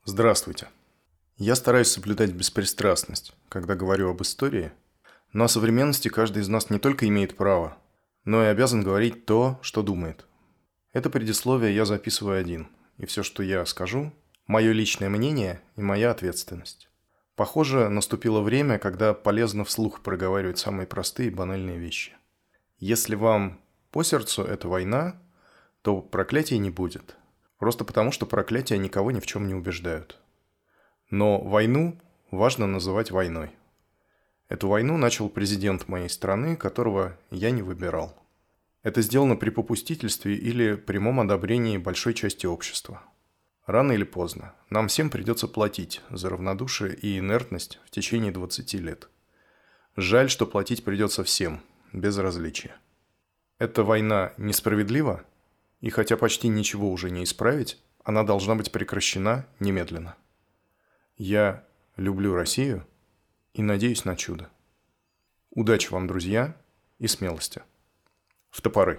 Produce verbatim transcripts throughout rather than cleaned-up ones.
Здравствуйте. Я стараюсь соблюдать беспристрастность, когда говорю об истории, но о современности каждый из нас не только имеет право, но и обязан говорить то, что думает. Это предисловие я записываю один, и все, что я скажу – мое личное мнение и моя ответственность. Похоже, наступило время, когда полезно вслух проговаривать самые простые и банальные вещи. Если вам по сердцу эта война, то проклятий не будет. Просто потому, что проклятия никого ни в чем не убеждают. Но войну важно называть войной. Эту войну начал президент моей страны, которого я не выбирал. Это сделано при попустительстве или прямом одобрении большой части общества. Рано или поздно нам всем придется платить за равнодушие и инертность в течение двадцати лет. Жаль, что платить придется всем, без различия. Эта война несправедлива, и хотя почти ничего уже не исправить, она должна быть прекращена немедленно. Я люблю Россию и надеюсь на чудо. Удачи вам, друзья, и смелости. В топоры.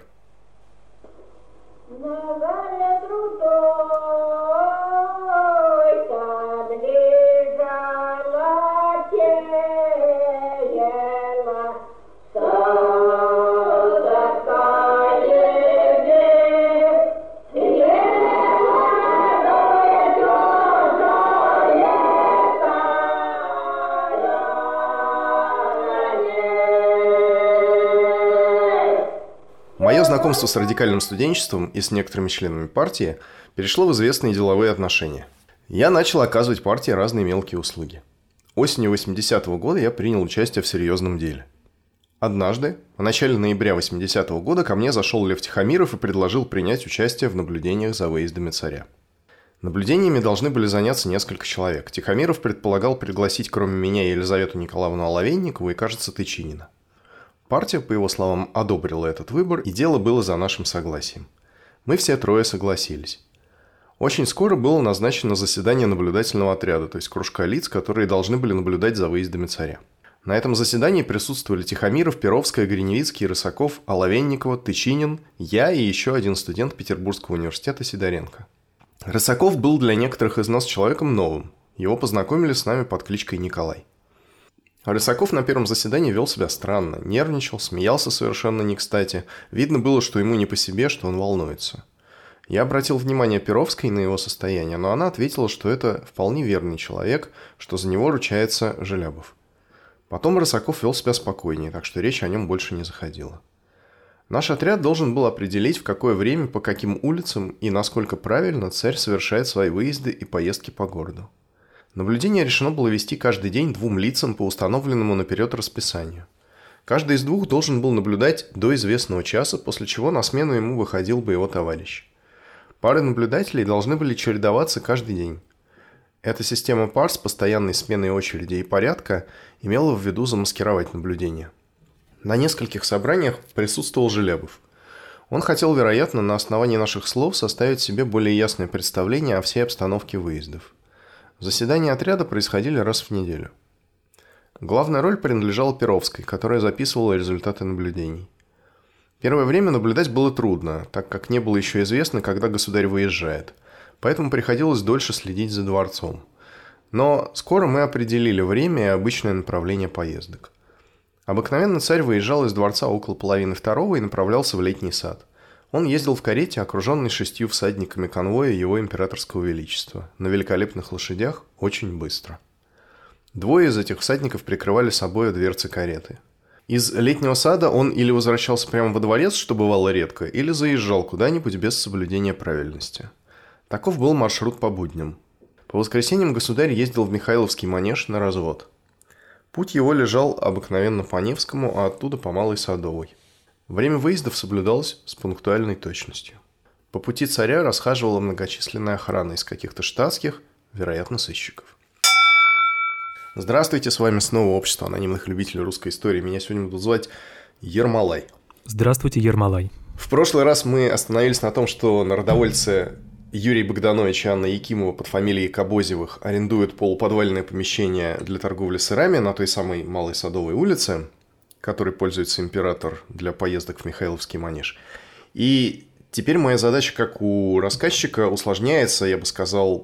Мое знакомство с радикальным студенчеством и с некоторыми членами партии перешло в известные деловые отношения. Я начал оказывать партии разные мелкие услуги. Осенью восьмидесятого года я принял участие в серьезном деле. Однажды, в начале ноября восьмидесятого года, ко мне зашел Лев Тихомиров и предложил принять участие в наблюдениях за выездами царя. Наблюдениями должны были заняться несколько человек. Тихомиров предполагал пригласить кроме меня Елизавету Николаевну Оловейникову и, кажется, Тычинина. Партия, по его словам, одобрила этот выбор, и дело было за нашим согласием. Мы все трое согласились. Очень скоро было назначено заседание наблюдательного отряда, то есть кружка лиц, которые должны были наблюдать за выездами царя. На этом заседании присутствовали Тихомиров, Перовская, Гриневицкий, Рысаков, Оловейникова, Тычинин, я и еще один студент Петербургского университета Сидоренко. Рысаков был для некоторых из нас человеком новым. Его познакомили с нами под кличкой Николай. Рысаков на первом заседании вел себя странно, нервничал, смеялся совершенно не кстати. Видно было, что ему не по себе, что он волнуется. Я обратил внимание Перовской на его состояние, но она ответила, что это вполне верный человек, что за него ручается Желябов. Потом Рысаков вел себя спокойнее, так что речь о нем больше не заходила. Наш отряд должен был определить, в какое время, по каким улицам и насколько правильно царь совершает свои выезды и поездки по городу. Наблюдение решено было вести каждый день двум лицам по установленному наперед расписанию. Каждый из двух должен был наблюдать до известного часа, после чего на смену ему выходил бы его товарищ. Пары наблюдателей должны были чередоваться каждый день. Эта система пар с постоянной сменой очереди и порядка имела в виду замаскировать наблюдение. На нескольких собраниях присутствовал Желябов. Он хотел, вероятно, на основании наших слов составить себе более ясное представление о всей обстановке выездов. Заседания отряда происходили раз в неделю. Главная роль принадлежала Перовской, которая записывала результаты наблюдений. Первое время наблюдать было трудно, так как не было еще известно, когда государь выезжает, поэтому приходилось дольше следить за дворцом. Но скоро мы определили время и обычное направление поездок. Обыкновенно царь выезжал из дворца около половины второго и направлялся в летний сад. Он ездил в карете, окруженной шестью всадниками конвоя его императорского величества, на великолепных лошадях, очень быстро. Двое из этих всадников прикрывали собой дверцы кареты. Из летнего сада он или возвращался прямо во дворец, что бывало редко, или заезжал куда-нибудь без соблюдения правильности. Таков был маршрут по будням. По воскресеньям государь ездил в Михайловский манеж на развод. Путь его лежал обыкновенно по Невскому, а оттуда по Малой Садовой. Время выездов соблюдалось с пунктуальной точностью. По пути царя расхаживала многочисленная охрана из каких-то штатских, вероятно, сыщиков. Здравствуйте, с вами снова общество анонимных любителей русской истории. Меня сегодня будут звать Ермолай. Здравствуйте, Ермолай. В прошлый раз мы остановились на том, что народовольцы Юрий Богданович и Анна Якимова под фамилией Кобозевых арендуют полуподвальное помещение для торговли сырами на той самой Малой Садовой улице, которой пользуется император для поездок в Михайловский манеж. И теперь моя задача, как у рассказчика, усложняется, я бы сказал,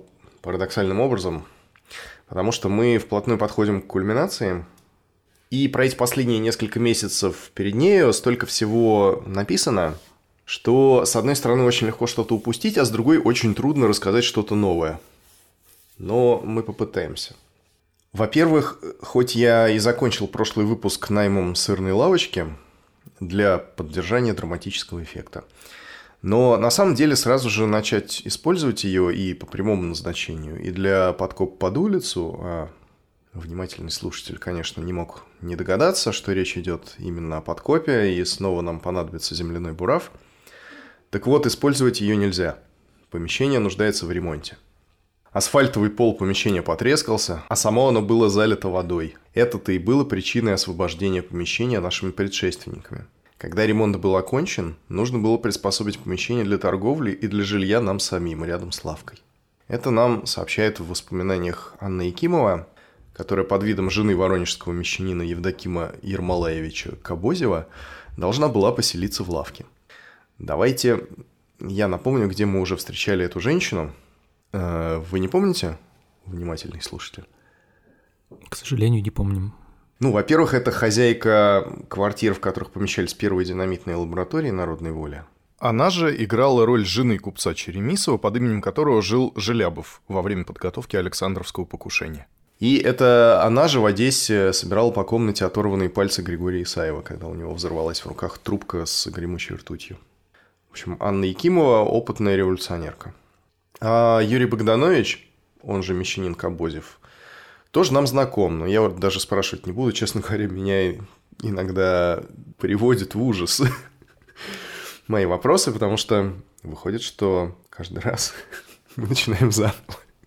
парадоксальным образом, потому что мы вплотную подходим к кульминации, и про эти последние несколько месяцев перед нею столько всего написано, что, с одной стороны, очень легко что-то упустить, а с другой очень трудно рассказать что-то новое. Но мы попытаемся. Во-первых, хоть я и закончил прошлый выпуск наймом сырной лавочки для поддержания драматического эффекта, но на самом деле сразу же начать использовать ее и по прямому назначению, и для подкопа под улицу, а внимательный слушатель, конечно, не мог не догадаться, что речь идет именно о подкопе, и снова нам понадобится земляной бурав. Так вот, использовать ее нельзя. Помещение нуждается в ремонте. Асфальтовый пол помещения потрескался, а само оно было залито водой. Это-то и было причиной освобождения помещения нашими предшественниками. Когда ремонт был окончен, нужно было приспособить помещение для торговли и для жилья нам самим, рядом с лавкой. Это нам сообщает в воспоминаниях Анна Якимова, которая под видом жены воронежского мещанина Евдокима Ермолаевича Кобозева должна была поселиться в лавке. Давайте я напомню, где мы уже встречали эту женщину. Вы не помните, внимательный слушатель? К сожалению, не помним. Ну, во-первых, это хозяйка квартир, в которых помещались первые динамитные лаборатории народной воли. Она же играла роль жены купца Черемисова, под именем которого жил Желябов во время подготовки Александровского покушения. И это она же в Одессе собирала по комнате оторванные пальцы Григория Исаева, когда у него взорвалась в руках трубка с гремучей ртутью. В общем, Анна Якимова – опытная революционерка. А Юрий Богданович, он же мещанин Кобозев, тоже нам знаком, но я вот даже спрашивать не буду, честно говоря, меня иногда приводит в ужас мои вопросы, потому что выходит, что каждый раз мы начинаем заново.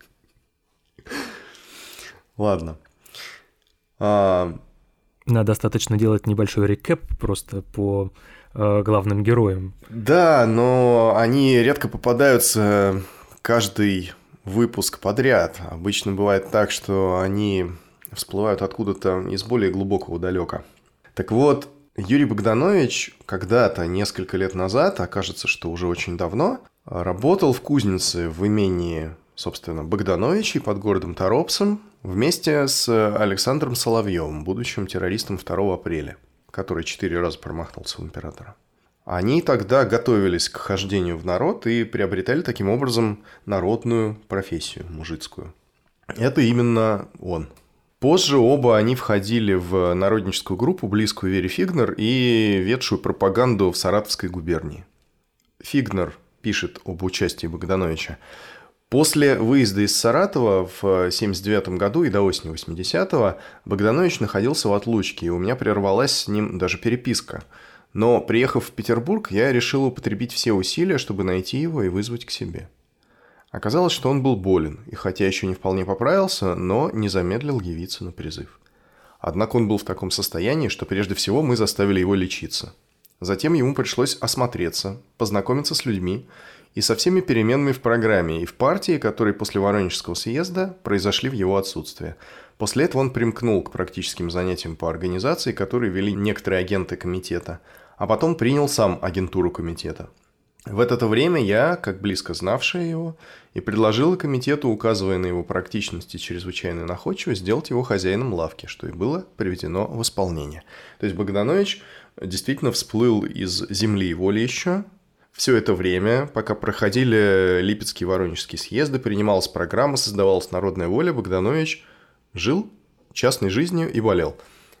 Ладно. А... Да, достаточно делать небольшой рекэп просто по э, главным героям. Да, но они редко попадаются каждый выпуск подряд. Обычно бывает так, что они всплывают откуда-то из более глубокого далека. Так вот, Юрий Богданович когда-то, несколько лет назад, а кажется, что уже очень давно, работал в кузнице в имении, собственно, Богдановичей под городом Торопцем вместе с Александром Соловьевым, будущим террористом второго апреля, который четыре раза промахнулся в императора. Они тогда готовились к хождению в народ и приобретали таким образом народную профессию, мужицкую. Это именно он. Позже оба они входили в народническую группу, близкую Вере Фигнер, и ведшую пропаганду в Саратовской губернии. Фигнер пишет об участии Богдановича. После выезда из Саратова в семьдесят девятом году и до осени восьмидесятого Богданович находился в отлучке, и у меня прервалась с ним даже переписка. Но, приехав в Петербург, я решил употребить все усилия, чтобы найти его и вызвать к себе. Оказалось, что он был болен, и хотя еще не вполне поправился, но не замедлил явиться на призыв. Однако он был в таком состоянии, что прежде всего мы заставили его лечиться. Затем ему пришлось осмотреться, познакомиться с людьми и со всеми переменами в программе и в партии, которые после Воронежского съезда произошли в его отсутствие. После этого он примкнул к практическим занятиям по организации, которые вели некоторые агенты комитета, а потом принял сам агентуру комитета. В это время я, как близко знавшая его, и предложила комитету, указывая на его практичность и чрезвычайную находчивость, сделать его хозяином лавки, что и было приведено в исполнение. То есть Богданович действительно всплыл из земли и воли еще. Все это время, пока проходили Липецкие и Воронежские съезды, принималась программа, создавалась народная воля, Богданович жил частной жизнью и болел.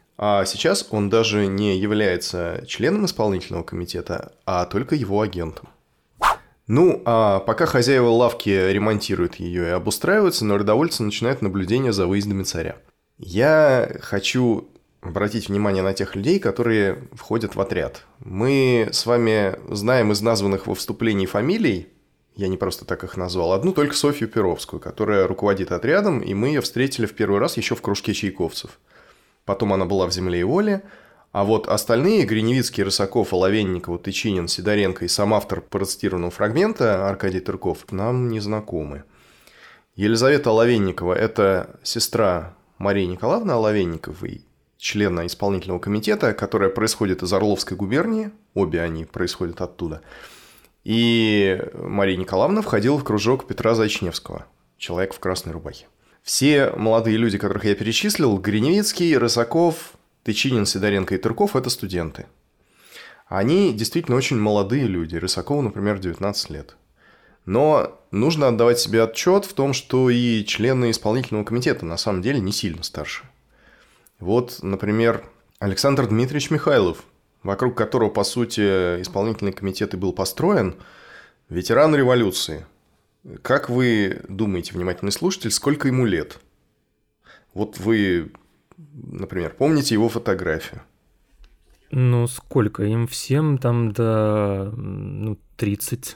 А сейчас он даже не является членом исполнительного комитета, а только его агентом. Ну, а пока хозяева лавки ремонтируют ее и обустраиваются, народовольцы начинают наблюдение за выездами царя. Я хочу обратить внимание на тех людей, которые входят в отряд. Мы с вами знаем из названных во вступлении фамилий, я не просто так их назвал, одну только Софью Перовскую, которая руководит отрядом, и мы ее встретили в первый раз еще в кружке чайковцев. Потом она была в «Земле и воле», а вот остальные – Гриневицкий, Рысаков, Оловенникова, Тычинин, Сидоренко и сам автор процитированного фрагмента Аркадий Тырков нам не знакомы. Елизавета Оловенникова – это сестра Марии Николаевны Оловенниковой, члена исполнительного комитета, которая происходит из Орловской губернии, обе они происходят оттуда. И Мария Николаевна входила в кружок Петра Зайчневского. человек в красной рубахе. Все молодые люди, которых я перечислил, Гриневицкий, Рысаков, Тычинин, Сидоренко и Тырков – это студенты. Они действительно очень молодые люди. Рысакову, например, девятнадцать лет. Но нужно отдавать себе отчет в том, что и члены исполнительного комитета на самом деле не сильно старше. Вот, например, Александр Дмитриевич Михайлов, вокруг которого, по сути, исполнительный комитет и был построен, ветеран революции. Как вы думаете, внимательный слушатель, сколько ему лет? Вот вы, например, помните его фотографию? Ну, сколько? Им всем там до ну, тридцать.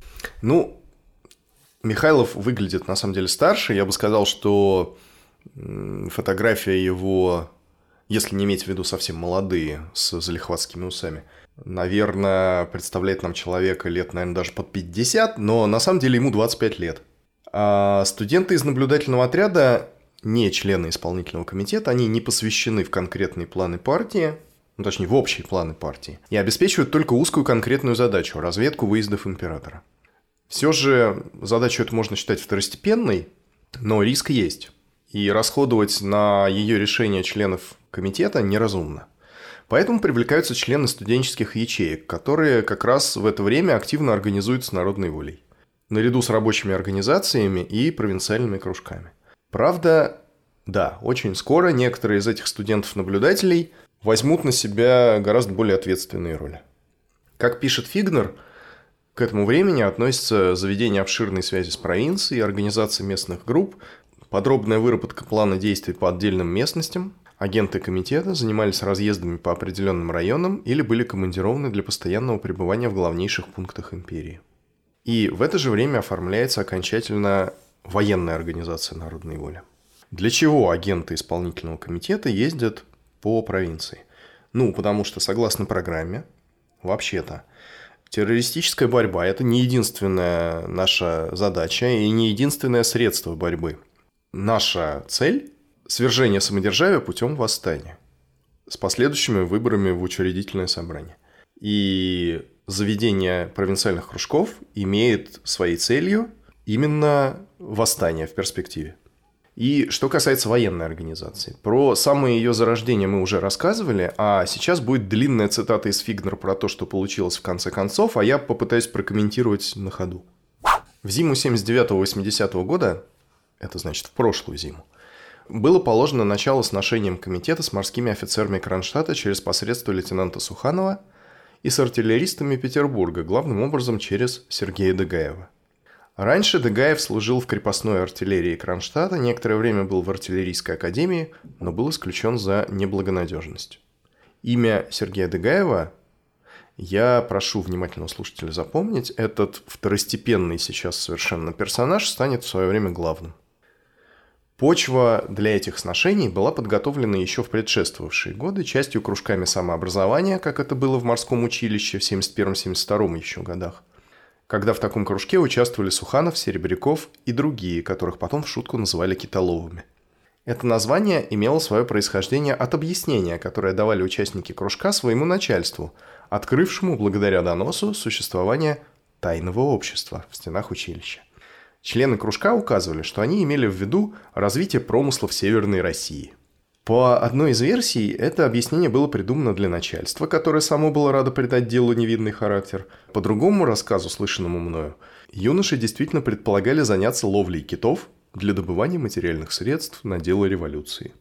Ну, Михайлов выглядит на самом деле старше. Я бы сказал, что фотография его, если не иметь в виду совсем молодые, с залихватскими усами, наверное, представляет нам человека лет, наверное, даже под пятьдесят, но на самом деле ему двадцать пять лет. А студенты из наблюдательного отряда, не члены исполнительного комитета, они не посвящены в конкретные планы партии, ну, точнее, в общие планы партии, и обеспечивают только узкую конкретную задачу – разведку выездов императора. Все же задачу эту можно считать второстепенной, но риск есть. И расходовать на ее решение членов комитета неразумно. Поэтому привлекаются члены студенческих ячеек, которые как раз в это время активно организуются народной волей. Наряду с рабочими организациями и провинциальными кружками. Правда, да, очень скоро некоторые из этих студентов-наблюдателей возьмут на себя гораздо более ответственные роли. Как пишет Фигнер, к этому времени относятся заведение обширной связи с провинцией, организация местных групп, подробная выработка плана действий по отдельным местностям. Агенты комитета занимались разъездами по определенным районам или были командированы для постоянного пребывания в главнейших пунктах империи. И в это же время оформляется окончательно военная организация народной воли. Для чего агенты исполнительного комитета ездят по провинции? Ну, потому что, согласно программе, вообще-то, террористическая борьба – это не единственная наша задача и не единственное средство борьбы. Наша цель – свержение самодержавия путем восстания с последующими выборами в учредительное собрание. И заведение провинциальных кружков имеет своей целью именно восстание в перспективе. И что касается военной организации, про самое ее зарождение мы уже рассказывали, а сейчас будет длинная цитата из Фигнера про то, что получилось в конце концов, а я попытаюсь прокомментировать на ходу. В зиму семьдесят девятого — восьмидесятого года, это значит в прошлую зиму, было положено начало сношениям комитета с морскими офицерами Кронштадта через посредство лейтенанта Суханова и с артиллеристами Петербурга, главным образом через Сергея Дегаева. Раньше Дегаев служил в крепостной артиллерии Кронштадта, некоторое время был в артиллерийской академии, но был исключен за неблагонадежность. Имя Сергея Дегаева я прошу внимательного слушателя запомнить. Этот второстепенный сейчас совершенно персонаж станет в свое время главным. Почва для этих сношений была подготовлена еще в предшествовавшие годы, частью кружками самообразования, как это было в морском училище в семьдесят первом — семьдесят втором еще годах, когда в таком кружке участвовали Суханов, Серебряков и другие, которых потом в шутку называли китоловыми. Это название имело свое происхождение от объяснения, которое давали участники кружка своему начальству, открывшему благодаря доносу существование тайного общества в стенах училища. Члены кружка указывали, что они имели в виду развитие промыслов Северной России. По одной из версий, это объяснение было придумано для начальства, которое само было радо придать делу невинный характер. По другому рассказу, слышанному мною, юноши действительно предполагали заняться ловлей китов для добывания материальных средств на дело революции.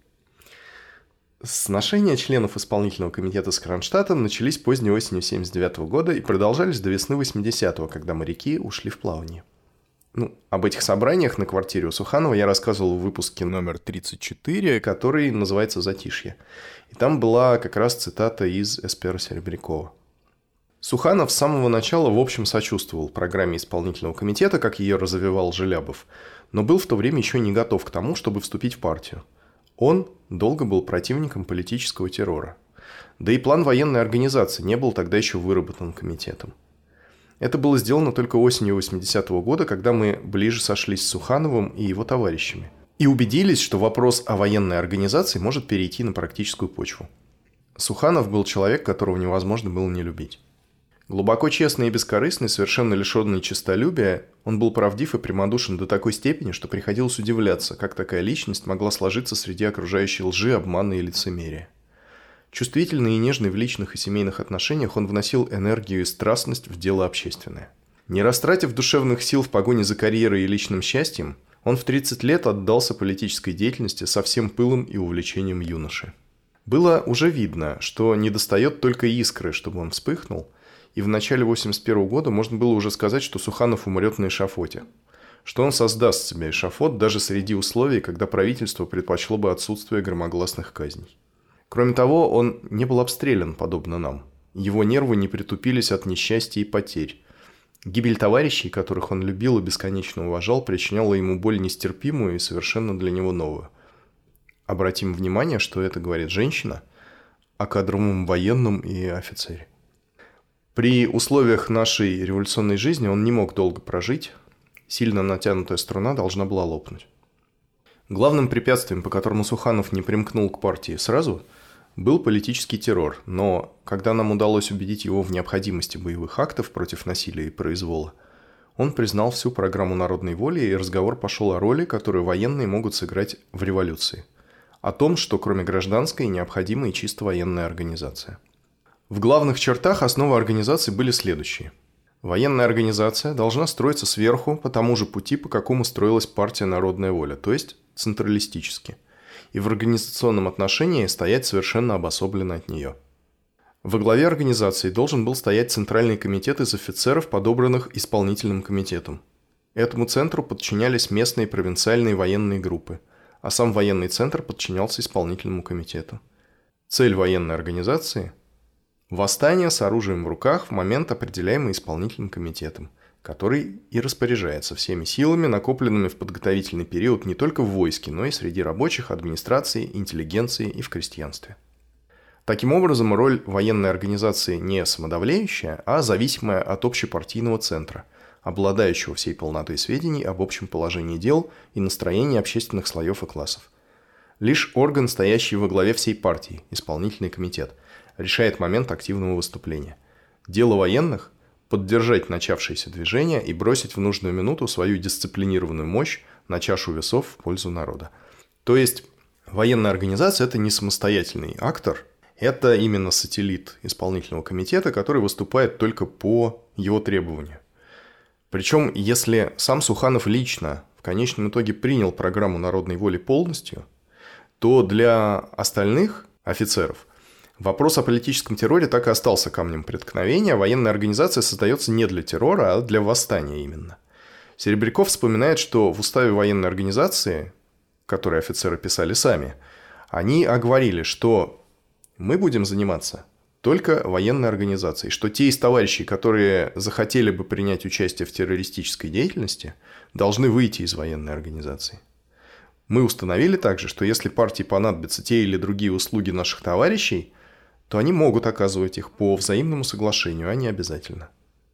Сношения членов исполнительного комитета с Кронштадтом начались поздней осенью семьдесят девятого года и продолжались до весны восьмидесятого, когда моряки ушли в плавание. Ну, об этих собраниях на квартире у Суханова я рассказывал в выпуске номер тридцать четыре, который называется «Затишье». И там была как раз цитата из Эспера Серебрякова. Суханов с самого начала в общем сочувствовал программе исполнительного комитета, как ее развивал Желябов, но был в то время еще не готов к тому, чтобы вступить в партию. Он долго был противником политического террора. Да и план военной организации не был тогда еще выработан комитетом. Это было сделано только осенью восьмидесятого года, когда мы ближе сошлись с Сухановым и его товарищами. И убедились, что вопрос о военной организации может перейти на практическую почву. Суханов был человек, которого невозможно было не любить. Глубоко честный и бескорыстный, совершенно лишенный честолюбия, он был правдив и прямодушен до такой степени, что приходилось удивляться, как такая личность могла сложиться среди окружающей лжи, обмана и лицемерия. Чувствительный и нежный в личных и семейных отношениях, он вносил энергию и страстность в дело общественное. Не растратив душевных сил в погоне за карьерой и личным счастьем, он в тридцать лет отдался политической деятельности со всем пылом и увлечением юноши. Было уже видно, что недостает только искры, чтобы он вспыхнул, и в начале восемьдесят первого года можно было уже сказать, что Суханов умрет на эшафоте, что он создаст себе эшафот даже среди условий, когда правительство предпочло бы отсутствие громогласных казней. Кроме того, он не был обстрелян, подобно нам. Его нервы не притупились от несчастья и потерь. Гибель товарищей, которых он любил и бесконечно уважал, причиняла ему боль нестерпимую и совершенно для него новую. Обратим внимание, что это говорит женщина о кадровом военном и офицере. При условиях нашей революционной жизни он не мог долго прожить, сильно натянутая струна должна была лопнуть. Главным препятствием, по которому Суханов не примкнул к партии сразу, был политический террор, но когда нам удалось убедить его в необходимости боевых актов против насилия и произвола, он признал всю программу народной воли, и разговор пошел о роли, которую военные могут сыграть в революции, о том, что кроме гражданской необходима и чисто военная организация. В главных чертах основы организации были следующие. Военная организация должна строиться сверху по тому же пути, по какому строилась партия «Народная воля», то есть централистически, и в организационном отношении стоять совершенно обособленно от нее. Во главе организации должен был стоять Центральный комитет из офицеров, подобранных исполнительным комитетом. Этому центру подчинялись местные провинциальные военные группы, а сам военный центр подчинялся исполнительному комитету. Цель военной организации – восстание с оружием в руках в момент, определяемый исполнительным комитетом, который и распоряжается всеми силами, накопленными в подготовительный период не только в войске, но и среди рабочих, администрации, интеллигенции и в крестьянстве. Таким образом, роль военной организации не самодовлеющая, а зависимая от общепартийного центра, обладающего всей полнотой сведений об общем положении дел и настроении общественных слоев и классов. Лишь орган, стоящий во главе всей партии, исполнительный комитет, решает момент активного выступления. Дело военных – поддержать начавшееся движение и бросить в нужную минуту свою дисциплинированную мощь на чашу весов в пользу народа. То есть военная организация – это не самостоятельный актор, это именно сателлит исполнительного комитета, который выступает только по его требованию. Причем, если сам Суханов лично в конечном итоге принял программу народной воли полностью, то для остальных офицеров вопрос о политическом терроре так и остался камнем преткновения. Военная организация создается не для террора, а для восстания именно. Серебряков вспоминает, что в уставе военной организации, который офицеры писали сами, они оговорили, что мы будем заниматься только военной организацией, что те из товарищей, которые захотели бы принять участие в террористической деятельности, должны выйти из военной организации. Мы установили также, что если партии понадобятся те или другие услуги наших товарищей, то они могут оказывать их по взаимному соглашению, а не обязательно.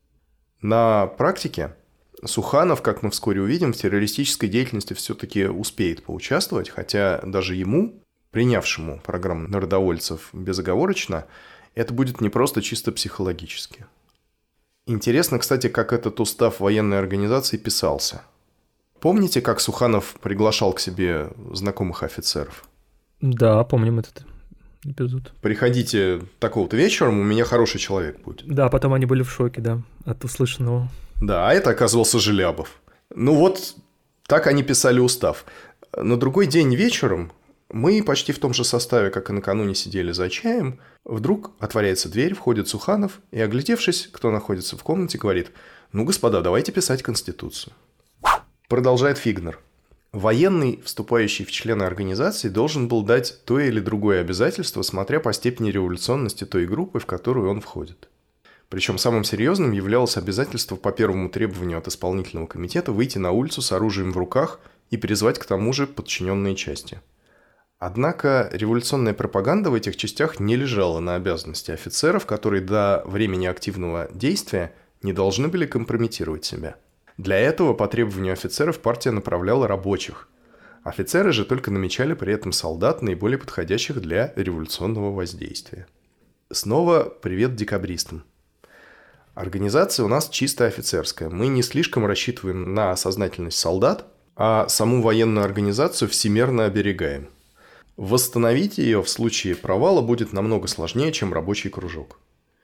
На практике Суханов, как мы вскоре увидим, в террористической деятельности все-таки успеет поучаствовать, хотя даже ему, принявшему программу народовольцев безоговорочно, это будет не просто чисто психологически. Интересно, кстати, как этот устав военной организации писался. Помните, как Суханов приглашал к себе знакомых офицеров? Да, помним этот эпизод. Приходите такого-то вечером, у меня хороший человек будет. Да, потом они были в шоке, да, от услышанного. Да, а это оказывался Желябов. Ну вот, так они писали устав. На другой день вечером мы почти в том же составе, как и накануне, сидели за чаем. Вдруг отворяется дверь, входит Суханов и, оглядевшись, кто находится в комнате, говорит: «Ну, господа, давайте писать Конституцию». Продолжает Фигнер. Военный, вступающий в члены организации, должен был дать то или другое обязательство, смотря по степени революционности той группы, в которую он входит. Причем самым серьезным являлось обязательство по первому требованию от исполнительного комитета выйти на улицу с оружием в руках и призвать к тому же подчиненные части. Однако революционная пропаганда в этих частях не лежала на обязанности офицеров, которые до времени активного действия не должны были компрометировать себя. Для этого по требованию офицеров партия направляла рабочих. Офицеры же только намечали при этом солдат, наиболее подходящих для революционного воздействия. Снова привет декабристам. Организация у нас чисто офицерская. Мы не слишком рассчитываем на сознательность солдат, а саму военную организацию всемерно оберегаем. Восстановить ее в случае провала будет намного сложнее, чем рабочий кружок.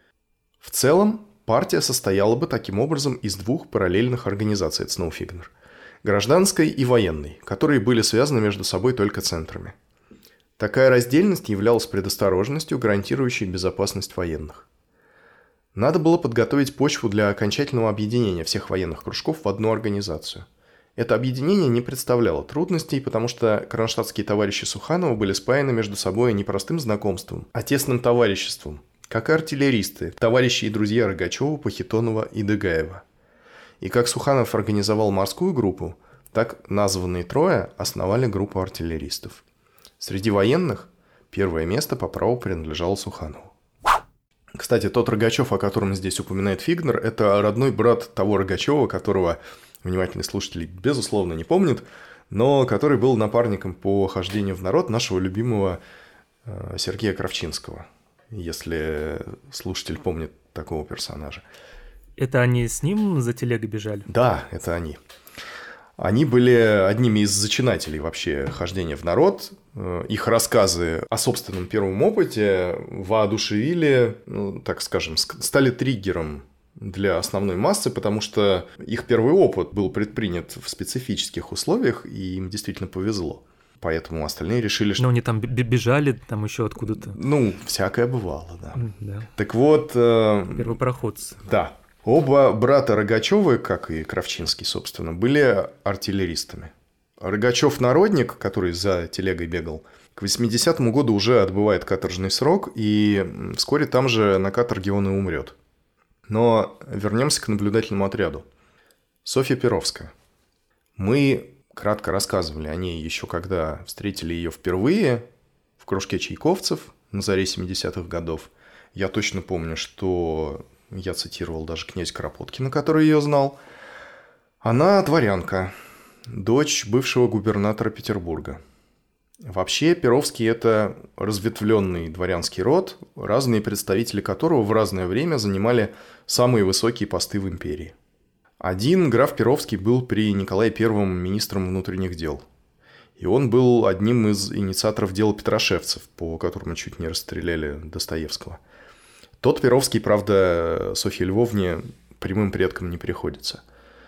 В целом, партия состояла бы таким образом из двух параллельных организаций от Сноуфигнер – гражданской и военной, которые были связаны между собой только центрами. Такая раздельность являлась предосторожностью, гарантирующей безопасность военных. Надо было подготовить почву для окончательного объединения всех военных кружков в одну организацию. Это объединение не представляло трудностей, потому что кронштадтские товарищи Суханова были спаяны между собой не простым знакомством, а тесным товариществом, как и артиллеристы, товарищи и друзья Рогачева, Похитонова и Дегаева. И как Суханов организовал морскую группу, так названные трое основали группу артиллеристов. Среди военных первое место по праву принадлежало Суханову. Кстати, тот Рогачев, о котором здесь упоминает Фигнер, это родной брат того Рогачева, которого внимательный слушатель, безусловно, не помнит, но который был напарником по хождению в народ нашего любимого Сергея Кравчинского, если слушатель помнит такого персонажа. Это они с ним за телегой бежали? Да, это они. Они были одними из зачинателей вообще хождения в народ. Их рассказы о собственном первом опыте воодушевили, ну, так скажем, стали триггером для основной массы, потому что их первый опыт был предпринят в специфических условиях, и им действительно повезло. Поэтому остальные решили, что... Но они там бежали, там еще откуда-то. Ну, всякое бывало, да. Да. Так вот... Первопроходцы. Да. Оба брата Рогачёвы, как и Кравчинский, собственно, были артиллеристами. Рогачев народник, который за телегой бегал, к восьмидесятому году уже отбывает каторжный срок, и вскоре там же на каторге он и умрет. Но вернемся к наблюдательному отряду. Софья Перовская. Мы кратко рассказывали о ней еще когда встретили ее впервые в кружке чайковцев на заре семидесятых годов. Я точно помню, что... Я цитировал даже князь Кропоткина, который ее знал. Она дворянка, дочь бывшего губернатора Петербурга. Вообще, Перовский – это разветвленный дворянский род, разные представители которого в разное время занимали самые высокие посты в империи. Один граф Перовский был при Николае Первом министром внутренних дел. И он был одним из инициаторов дела Петрошевцев, по которому чуть не расстреляли Достоевского. Тот Перовский, правда, Софье Львовне прямым предком не приходится.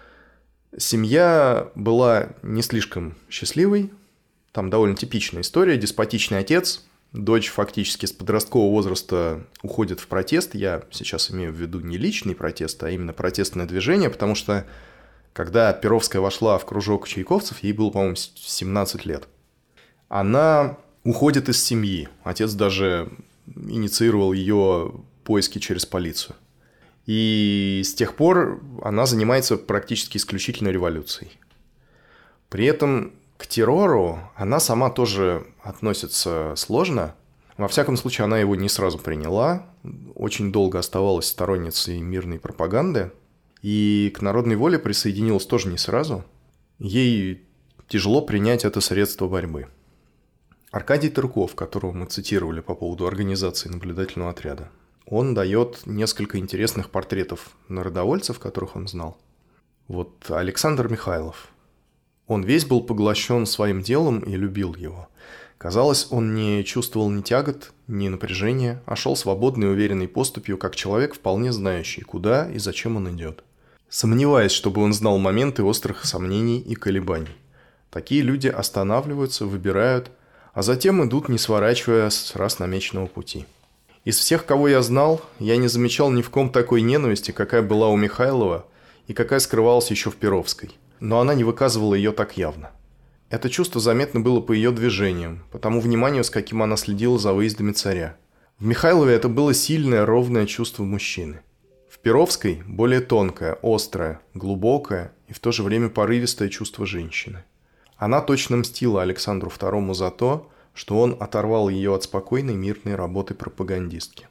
Семья была не слишком счастливой. Там довольно типичная история. Деспотичный отец. Дочь фактически с подросткового возраста уходит в протест. Я сейчас имею в виду не личный протест, а именно протестное движение, потому что когда Перовская вошла в кружок чайковцев, ей было, по-моему, семнадцать лет. Она уходит из семьи. Отец даже инициировал ее... поиски через полицию. И с тех пор она занимается практически исключительно революцией. При этом к террору она сама тоже относится сложно. Во всяком случае, она его не сразу приняла. Очень долго оставалась сторонницей мирной пропаганды. И к народной воле присоединилась тоже не сразу. Ей тяжело принять это средство борьбы. Аркадий Тырков, которого мы цитировали по поводу организации наблюдательного отряда, он дает несколько интересных портретов народовольцев, которых он знал. Вот Александр Михайлов. Он весь был поглощен своим делом и любил его. Казалось, он не чувствовал ни тягот, ни напряжения, а шел свободной и уверенной поступью, как человек, вполне знающий, куда и зачем он идет. Сомневаясь, чтобы он знал моменты острых сомнений и колебаний. Такие люди останавливаются, выбирают, а затем идут, не сворачивая с раз намеченного пути. Из всех, кого я знал, я не замечал ни в ком такой ненависти, какая была у Михайлова и какая скрывалась еще в Перовской. Но она не выказывала ее так явно. Это чувство заметно было по ее движениям, по тому вниманию, с каким она следила за выездами царя. В Михайлове это было сильное, ровное чувство мужчины. В Перовской более тонкое, острое, глубокое и в то же время порывистое чувство женщины. Она точно мстила Александру второму за то, что он оторвал ее от спокойной мирной работы пропагандистки.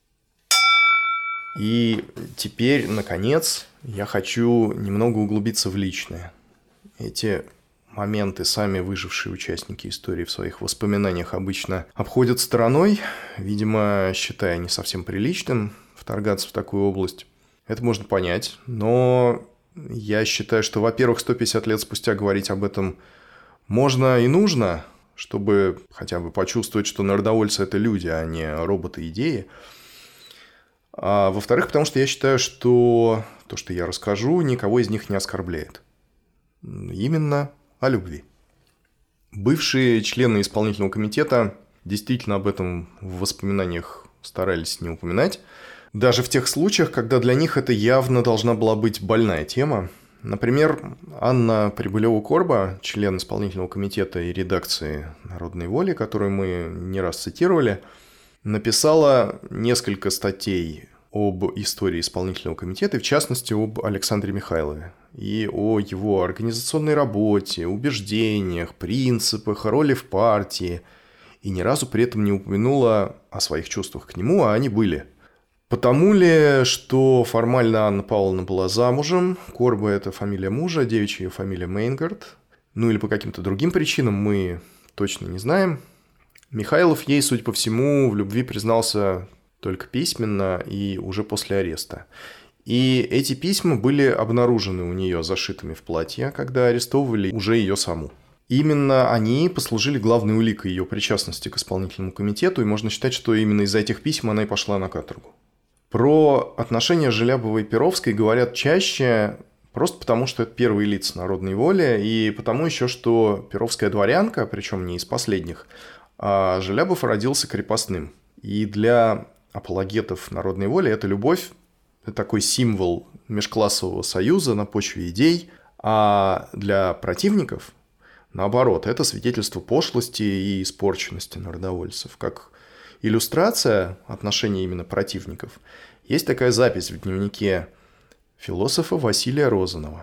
И теперь, наконец, я хочу немного углубиться в личное. Эти моменты сами выжившие участники истории в своих воспоминаниях обычно обходят стороной, видимо, считая не совсем приличным вторгаться в такую область. Это можно понять, но я считаю, что, во-первых, сто пятьдесят лет спустя говорить об этом можно и нужно, чтобы хотя бы почувствовать, что народовольцы – это люди, а не роботы-идеи. А во-вторых, потому что я считаю, что то, что я расскажу, никого из них не оскорбляет. Именно о любви. Бывшие члены исполнительного комитета действительно об этом в воспоминаниях старались не упоминать. Даже в тех случаях, когда для них это явно должна была быть больная тема. Например, Анна Прибылева-Корба, член исполнительного комитета и редакции «Народной воли», которую мы не раз цитировали, написала несколько статей об истории исполнительного комитета, и в частности об Александре Михайлове, и о его организационной работе, убеждениях, принципах, роли в партии, и ни разу при этом не упомянула о своих чувствах к нему, а они были. Потому ли, что формально Анна Павловна была замужем, Корба – это фамилия мужа, девичья ее фамилия Мейнгард, ну или по каким-то другим причинам, мы точно не знаем. Михайлов ей, судя по всему, в любви признался только письменно и уже после ареста. И эти письма были обнаружены у нее зашитыми в платье, когда арестовывали уже ее саму. Именно они послужили главной уликой ее причастности к исполнительному комитету, и можно считать, что именно из-за этих писем она и пошла на каторгу. Про отношения Желябовой и Перовской говорят чаще просто потому, что это первые лица народной воли, и потому еще, что Перовская дворянка, причем не из последних, а Желябов родился крепостным. И для апологетов народной воли эта любовь – это такой символ межклассового союза на почве идей, а для противников, наоборот, это свидетельство пошлости и испорченности народовольцев. Как иллюстрация отношений именно противников есть такая запись в дневнике философа Василия Розанова.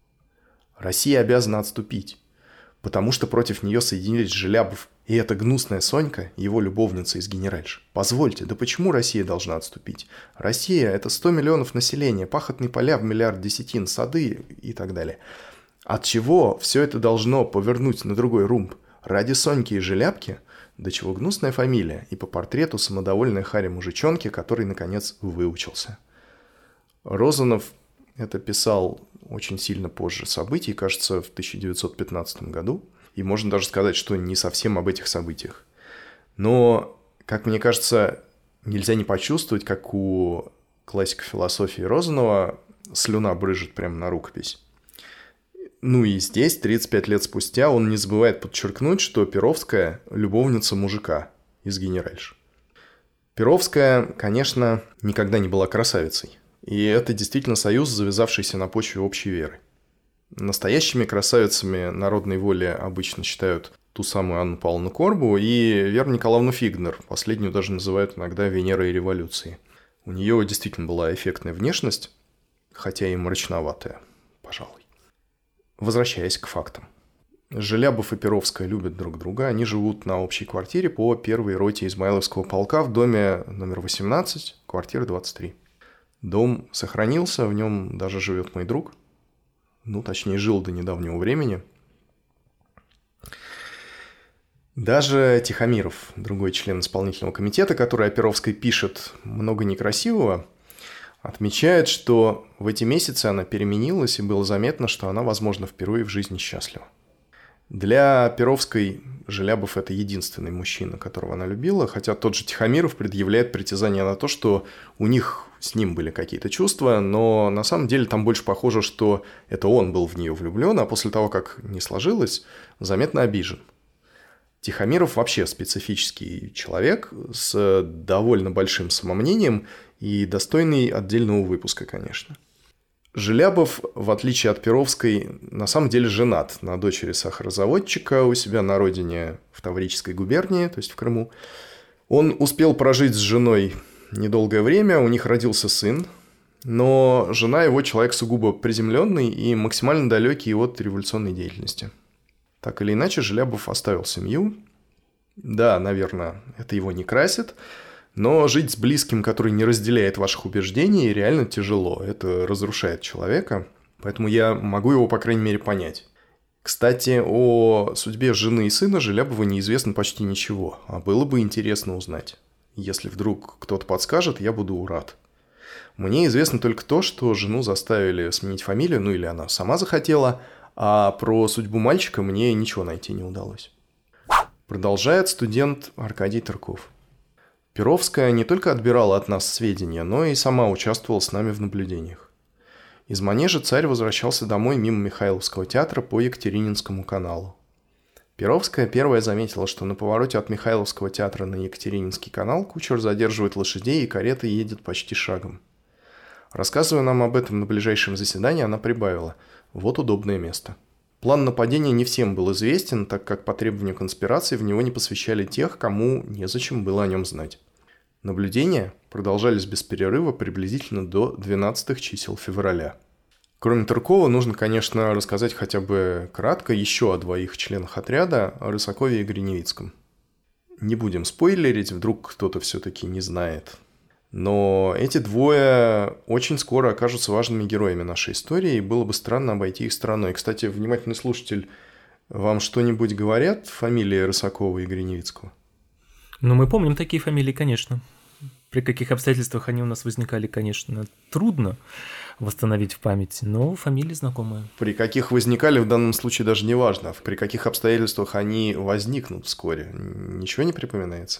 «Россия обязана отступить, потому что против нее соединились Желябов и эта гнусная Сонька, его любовница из генеральши. Позвольте, да почему Россия должна отступить? Россия – это сто миллионов населения, пахотные поля в миллиард десятин, сады и так далее. От чего все это должно повернуть на другой румб? Ради Соньки и Желябки? До чего гнусная фамилия, и по портрету самодовольной хари мужичонки, который, наконец, выучился». Розанов это писал очень сильно позже событий, кажется, в тысяча девятьсот пятнадцатом году. И можно даже сказать, что не совсем об этих событиях. Но, как мне кажется, нельзя не почувствовать, как у классика философии Розанова слюна брызжет прямо на рукопись. Ну и здесь, тридцать пять лет спустя, он не забывает подчеркнуть, что Перовская – любовница мужика из генеральши. Перовская, конечно, никогда не была красавицей. И это действительно союз, завязавшийся на почве общей веры. Настоящими красавицами народной воли обычно считают ту самую Анну Павловну Корбу и Веру Николаевну Фигнер. Последнюю даже называют иногда Венерой революции. У нее действительно была эффектная внешность, хотя и мрачноватая, пожалуй. Возвращаясь к фактам. Желябов и Перовская любят друг друга. Они живут на общей квартире по первой роте Измайловского полка в доме номер восемнадцать, квартира двадцать три. Дом сохранился, в нем даже живет мой друг. Ну, точнее, жил до недавнего времени. Даже Тихомиров, другой член исполнительного комитета, который о Перовской пишет много некрасивого, отмечает, что в эти месяцы она переменилась, и было заметно, что она, возможно, впервые в жизни счастлива. Для Перовской Желябов – это единственный мужчина, которого она любила, хотя тот же Тихомиров предъявляет притязание на то, что у них с ним были какие-то чувства, но на самом деле там больше похоже, что это он был в нее влюблен, а после того, как не сложилось, заметно обижен. Тихомиров вообще специфический человек с довольно большим самомнением и достойный отдельного выпуска, конечно. Желябов, в отличие от Перовской, на самом деле женат на дочери сахарозаводчика у себя на родине в Таврической губернии, то есть в Крыму. Он успел прожить с женой недолгое время, у них родился сын, но жена его человек сугубо приземленный и максимально далекий от революционной деятельности. Так или иначе, Желябов оставил семью. Да, наверное, это его не красит, но жить с близким, который не разделяет ваших убеждений, реально тяжело. Это разрушает человека, поэтому я могу его, по крайней мере, понять. Кстати, о судьбе жены и сына Желябова неизвестно почти ничего, а было бы интересно узнать. Если вдруг кто-то подскажет, я буду рад. Мне известно только то, что жену заставили сменить фамилию, ну или она сама захотела, а про судьбу мальчика мне ничего найти не удалось. Продолжает студент Аркадий Тырков. Перовская не только отбирала от нас сведения, но и сама участвовала с нами в наблюдениях. Из манежа царь возвращался домой мимо Михайловского театра по Екатерининскому каналу. Перовская первая заметила, что на повороте от Михайловского театра на Екатерининский канал кучер задерживает лошадей, и карета едет почти шагом. Рассказывая нам об этом на ближайшем заседании, она прибавила: «Вот удобное место». План нападения не всем был известен, так как по требованию конспирации в него не посвящали тех, кому незачем было о нем знать. Наблюдения продолжались без перерыва приблизительно до двенадцатых чисел февраля. Кроме Тыркова, нужно, конечно, рассказать хотя бы кратко еще о двоих членах отряда, о Рысакове и Гриневицком. Не будем спойлерить, вдруг кто-то все-таки не знает. Но эти двое очень скоро окажутся важными героями нашей истории, и было бы странно обойти их стороной. Кстати, внимательный слушатель, вам что-нибудь говорят фамилии Рысакова и Гриневицкого? Ну, мы помним такие фамилии, конечно. При каких обстоятельствах они у нас возникали, конечно, трудно восстановить в памяти, но фамилии знакомые. При каких возникали, в данном случае даже не важно. При каких обстоятельствах они возникнут вскоре. Ничего не припоминается?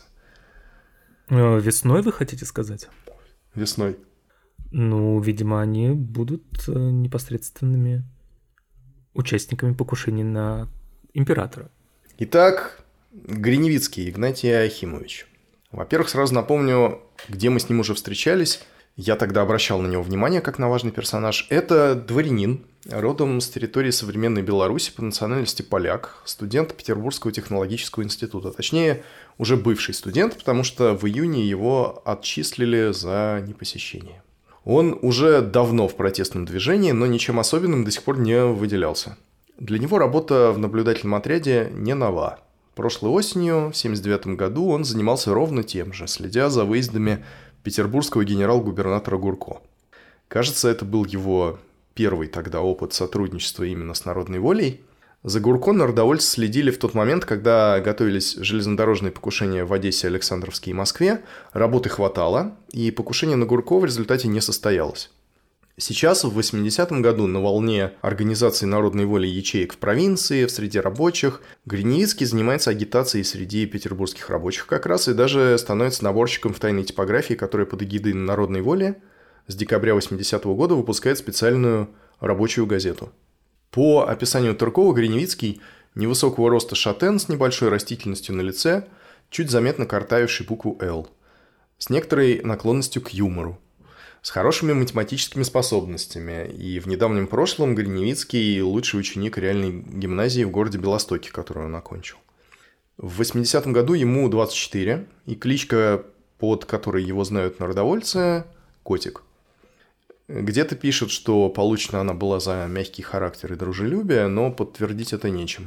Весной, вы хотите сказать? Весной. Ну, видимо, они будут непосредственными участниками покушений на императора. Итак, Гриневицкий Игнатий Иоахимович. Во-первых, сразу напомню, где мы с ним уже встречались. Я тогда обращал на него внимание как на важный персонаж. Это дворянин, родом с территории современной Беларуси, по национальности поляк, студент Петербургского технологического института. Точнее, уже бывший студент, потому что в июне его отчислили за непосещение. Он уже давно в протестном движении, но ничем особенным до сих пор не выделялся. Для него работа в наблюдательном отряде не нова. Прошлой осенью, в семьдесят девятом году, он занимался ровно тем же, следя за выездами петербургского генерал-губернатора Гурко. Кажется, это был его первый тогда опыт сотрудничества именно с Народной волей. За Гурко народовольцы следили в тот момент, когда готовились железнодорожные покушения в Одессе, Александровске и Москве. Работы хватало, и покушение на Гурко в результате не состоялось. Сейчас, в восьмидесятом году, на волне организации народной воли ячеек в провинции, в среде рабочих, Гриневицкий занимается агитацией среди петербургских рабочих как раз и даже становится наборщиком в тайной типографии, которая под эгидой народной воли с декабря восьмидесятого года выпускает специальную рабочую газету. По описанию Тыркова, Гриневицкий невысокого роста шатен с небольшой растительностью на лице, чуть заметно картавивший букву «Л», с некоторой наклонностью к юмору, с хорошими математическими способностями, и в недавнем прошлом Гриневицкий – лучший ученик реальной гимназии в городе Белостоке, которую он окончил. В восьмидесятом году ему двадцать четыре, и кличка, под которой его знают народовольцы – Котик. Где-то пишут, что получена она была за мягкий характер и дружелюбие, но подтвердить это нечем.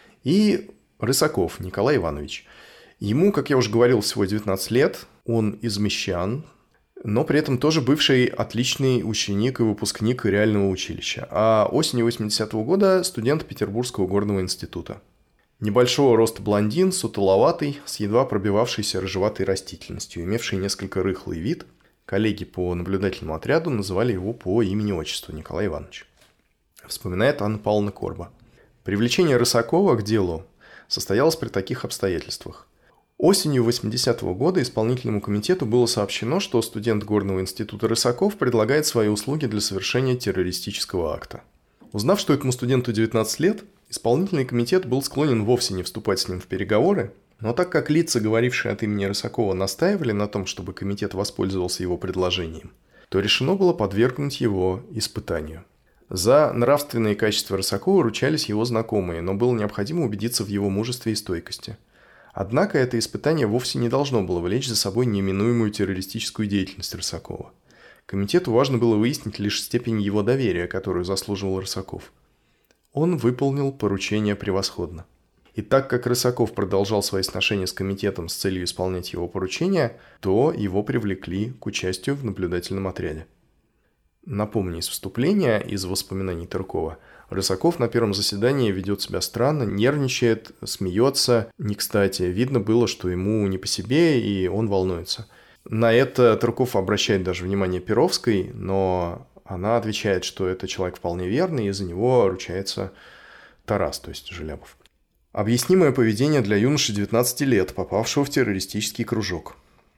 И Рысаков Николай Иванович. Ему, как я уже говорил, всего девятнадцать лет, он из Мещан, но при этом тоже бывший отличный ученик и выпускник реального училища, а осенью восьмидесятого года студент Петербургского горного института. Небольшого роста блондин, сутуловатый, с едва пробивавшейся рыжеватой растительностью, имевший несколько рыхлый вид. Коллеги по наблюдательному отряду называли его по имени-отчеству Николай Иванович. Вспоминает Анна Павловна Корба. Привлечение Рысакова к делу состоялось при таких обстоятельствах. Осенью восьмидесятого года исполнительному комитету было сообщено, что студент Горного института Рысаков предлагает свои услуги для совершения террористического акта. Узнав, что этому студенту девятнадцать лет, исполнительный комитет был склонен вовсе не вступать с ним в переговоры, но так как лица, говорившие от имени Рысакова, настаивали на том, чтобы комитет воспользовался его предложением, то решено было подвергнуть его испытанию. За нравственные качества Рысакова ручались его знакомые, но было необходимо убедиться в его мужестве и стойкости. Однако это испытание вовсе не должно было влечь за собой неименуемую террористическую деятельность Рысакова. Комитету важно было выяснить лишь степень его доверия, которую заслуживал Рысаков. Он выполнил поручение превосходно. И так как Рысаков продолжал свои сношения с комитетом с целью исполнять его поручения, то его привлекли к участию в наблюдательном отряде. Напомню из вступления, из воспоминаний Тыркова, Рысаков на первом заседании ведет себя странно, нервничает, смеется. Не кстати, видно было, что ему не по себе, и он волнуется. На это Турков обращает даже внимание Перовской, но она отвечает, что это человек вполне верный, и за него ручается Тарас, то есть Желябов. Объяснимое поведение для юноши девятнадцати лет, попавшего в террористический кружок.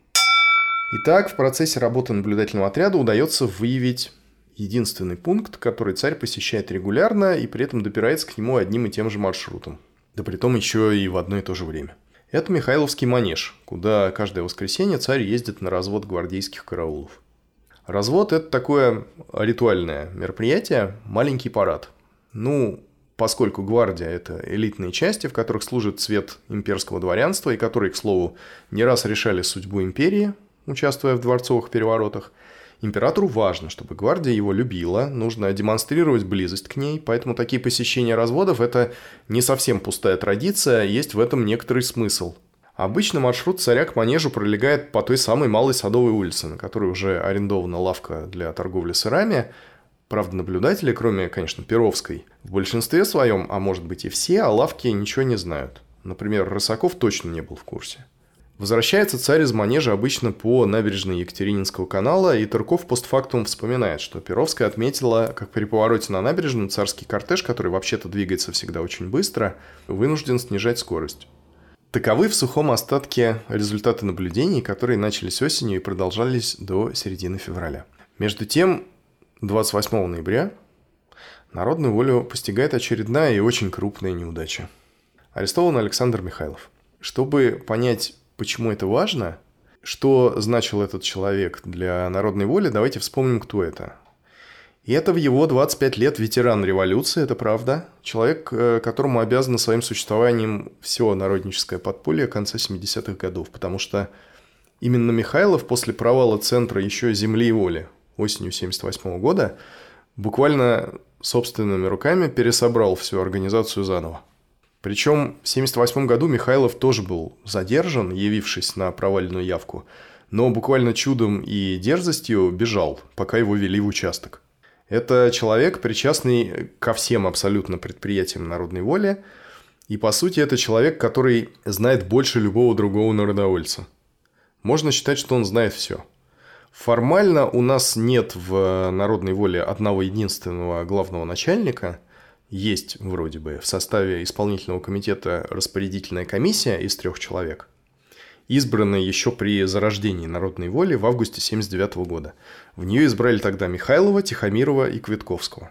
Итак, в процессе работы наблюдательного отряда удается выявить единственный пункт, который царь посещает регулярно и при этом добирается к нему одним и тем же маршрутом. Да притом еще и в одно и то же время. Это Михайловский манеж, куда каждое воскресенье царь ездит на развод гвардейских караулов. Развод – это такое ритуальное мероприятие, маленький парад. Ну, поскольку гвардия – это элитные части, в которых служит цвет имперского дворянства, и которые, к слову, не раз решали судьбу империи, участвуя в дворцовых переворотах, императору важно, чтобы гвардия его любила, нужно демонстрировать близость к ней, поэтому такие посещения разводов – это не совсем пустая традиция, есть в этом некоторый смысл. Обычно маршрут царя к манежу пролегает по той самой Малой Садовой улице, на которой уже арендована лавка для торговли сырами. Правда, наблюдатели, кроме, конечно, Перовской, в большинстве своем, а может быть и все, о лавке ничего не знают. Например, Рысаков точно не был в курсе. Возвращается царь из манежа обычно по набережной Екатерининского канала, и Турков постфактум вспоминает, что Перовская отметила, как при повороте на набережную царский кортеж, который вообще-то двигается всегда очень быстро, вынужден снижать скорость. Таковы в сухом остатке результаты наблюдений, которые начались осенью и продолжались до середины февраля. Между тем, двадцать восьмого ноября народную волю постигает очередная и очень крупная неудача. Арестован Александр Михайлов. Чтобы понять, почему это важно, что значил этот человек для народной воли, давайте вспомним, кто это. И это в его двадцать пять лет ветеран революции, это правда. Человек, которому обязано своим существованием все народническое подполье конца семидесятых годов, потому что именно Михайлов после провала центра еще «Земли и воли» осенью семьдесят восьмого года буквально собственными руками пересобрал всю организацию заново. Причем в семьдесят восьмом году Михайлов тоже был задержан, явившись на провальную явку, но буквально чудом и дерзостью бежал, пока его вели в участок. Это человек, причастный ко всем абсолютно предприятиям народной воли, и, по сути, это человек, который знает больше любого другого народовольца. Можно считать, что он знает все. Формально у нас нет в народной воле одного единственного главного начальника. Есть, вроде бы, в составе исполнительного комитета распорядительная комиссия из трех человек, избранная еще при зарождении народной воли в августе семьдесят девятого года. В нее избрали тогда Михайлова, Тихомирова и Квитковского.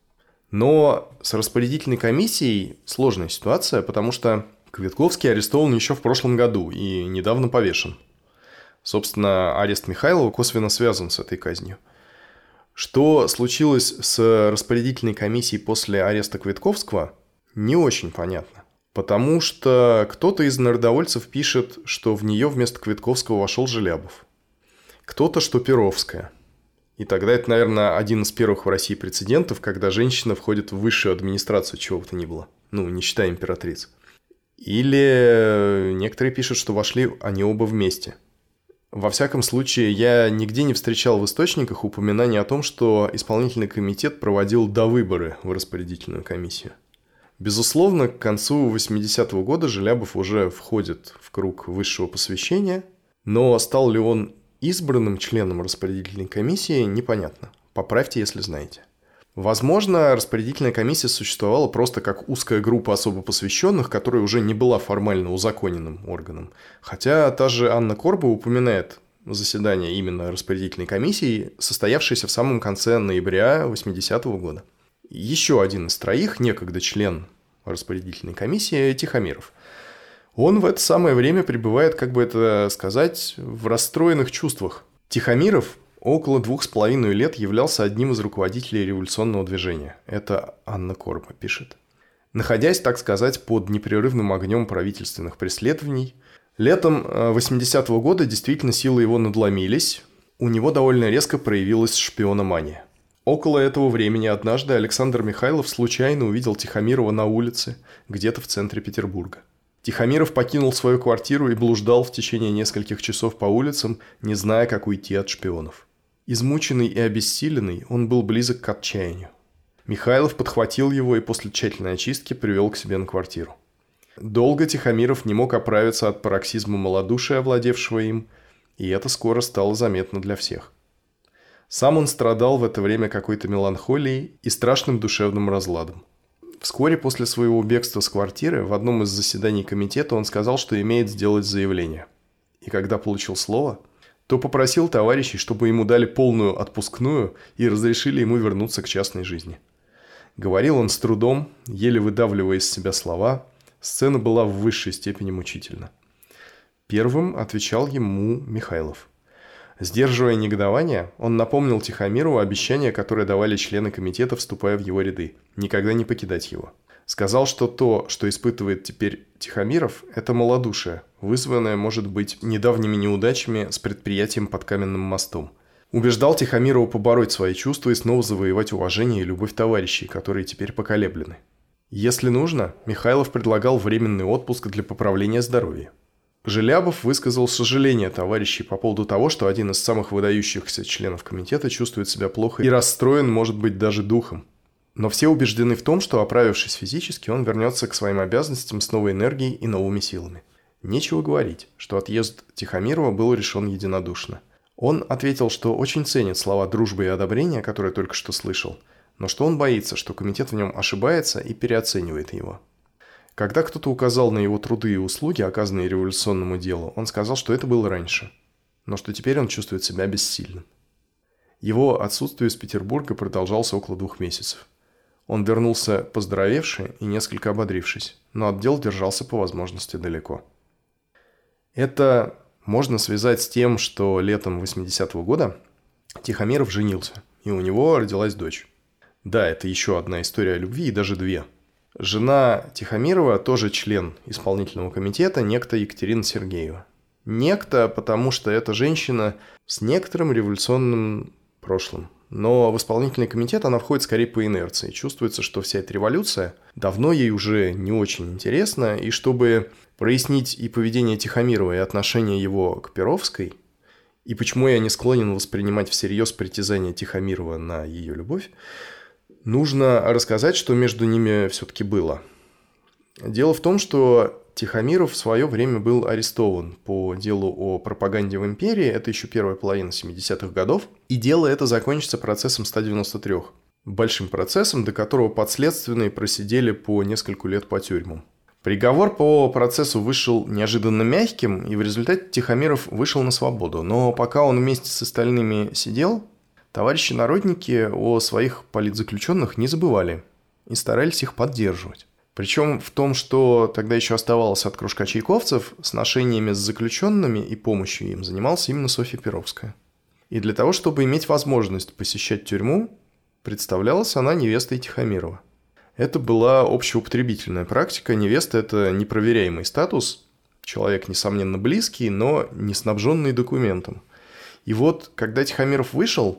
Но с распорядительной комиссией сложная ситуация, потому что Квитковский арестован еще в прошлом году и недавно повешен. Собственно, арест Михайлова косвенно связан с этой казнью. Что случилось с распорядительной комиссией после ареста Квитковского, не очень понятно. Потому что кто-то из народовольцев пишет, что в нее вместо Квитковского вошел Желябов. Кто-то, что Перовская. И тогда это, наверное, один из первых в России прецедентов, когда женщина входит в высшую администрацию чего бы то ни было. Ну, не считая императриц. Или некоторые пишут, что вошли они оба вместе. Во всяком случае, я нигде не встречал в источниках упоминания о том, что исполнительный комитет проводил довыборы в распорядительную комиссию. Безусловно, к концу восьмидесятого года Желябов уже входит в круг высшего посвящения, но стал ли он избранным членом распорядительной комиссии, непонятно. Поправьте, если знаете. Возможно, распорядительная комиссия существовала просто как узкая группа особо посвященных, которая уже не была формально узаконенным органом. Хотя та же Анна Корба упоминает заседание именно распорядительной комиссии, состоявшееся в самом конце ноября восьмидесятого года. Еще один из троих, некогда член распорядительной комиссии, Тихомиров. Он в это самое время пребывает, как бы это сказать, в расстроенных чувствах. Тихомиров около двух с половиной лет являлся одним из руководителей революционного движения. Это Анна Корба пишет. Находясь, так сказать, под непрерывным огнем правительственных преследований, летом восьмидесятого года действительно силы его надломились, у него довольно резко проявилась шпиономания. Около этого времени однажды Александр Михайлов случайно увидел Тихомирова на улице, где-то в центре Петербурга. Тихомиров покинул свою квартиру и блуждал в течение нескольких часов по улицам, не зная, как уйти от шпионов. Измученный и обессиленный, он был близок к отчаянию. Михайлов подхватил его и после тщательной очистки привел к себе на квартиру. Долго Тихомиров не мог оправиться от пароксизма малодушия, овладевшего им, И это скоро стало заметно для всех. Сам он страдал в это время какой-то меланхолией и страшным душевным разладом. Вскоре после своего бегства с квартиры в одном из заседаний комитета он сказал, что имеет сделать заявление. И когда получил слово, то попросил товарищей, чтобы ему дали полную отпускную и разрешили ему вернуться к частной жизни. Говорил он с трудом, еле выдавливая из себя слова. Сцена была в высшей степени мучительна. Первым отвечал ему Михайлов. Сдерживая негодование, он напомнил Тихомирову обещание, которое давали члены комитета, вступая в его ряды – никогда не покидать его. Сказал, что то, что испытывает теперь Тихомиров, это малодушие, вызванное, может быть, недавними неудачами с предприятием под Каменным мостом. Убеждал Тихомирова побороть свои чувства и снова завоевать уважение и любовь товарищей, которые теперь поколеблены. Если нужно, Михайлов предлагал временный отпуск для поправления здоровья. Желябов высказал сожаление товарищей по поводу того, что один из самых выдающихся членов комитета чувствует себя плохо и расстроен, может быть, даже духом. Но все убеждены в том, что, оправившись физически, он вернется к своим обязанностям с новой энергией и новыми силами. Нечего говорить, что отъезд Тихомирова был решен единодушно. Он ответил, что очень ценит слова дружбы и одобрения, которые только что слышал, но что он боится, что комитет в нем ошибается и переоценивает его. Когда кто-то указал на его труды и услуги, оказанные революционному делу, он сказал, что это было раньше, но что теперь он чувствует себя бессильным. Его отсутствие из Петербурга продолжалось около двух месяцев. Он вернулся поздоровевший и несколько ободрившись, но от дел держался по возможности далеко. Это можно связать с тем, что летом восьмидесятого года Тихомиров женился, и у него родилась дочь. Да, это еще одна история о любви, и даже две. Жена Тихомирова тоже член исполнительного комитета, некто Екатерина Сергеева. Некто, потому что эта женщина с некоторым революционным прошлым. Но в исполнительный комитет она входит скорее по инерции. Чувствуется, что вся эта революция давно ей уже не очень интересна. И чтобы прояснить и поведение Тихомирова, и отношение его к Перовской, и почему я не склонен воспринимать всерьез притязание Тихомирова на ее любовь, нужно рассказать, что между ними все-таки было. Дело в том, что Тихомиров в свое время был арестован по делу о пропаганде в империи, это еще первая половина семидесятых годов, и дело это закончится процессом ста девяноста трёх, большим процессом, до которого подследственные просидели по нескольку лет по тюрьмам. Приговор по процессу вышел неожиданно мягким, и в результате Тихомиров вышел на свободу, но пока он вместе с остальными сидел, товарищи народники о своих политзаключенных не забывали и старались их поддерживать. Причем в том, что тогда еще оставалось от кружка чайковцев, сношениями с заключенными и помощью им занималась именно Софья Перовская. И для того, чтобы иметь возможность посещать тюрьму, представлялась она невестой Тихомирова. Это была общеупотребительная практика. Невеста – это непроверяемый статус, человек, несомненно, близкий, но не снабженный документом. И вот, когда Тихомиров вышел,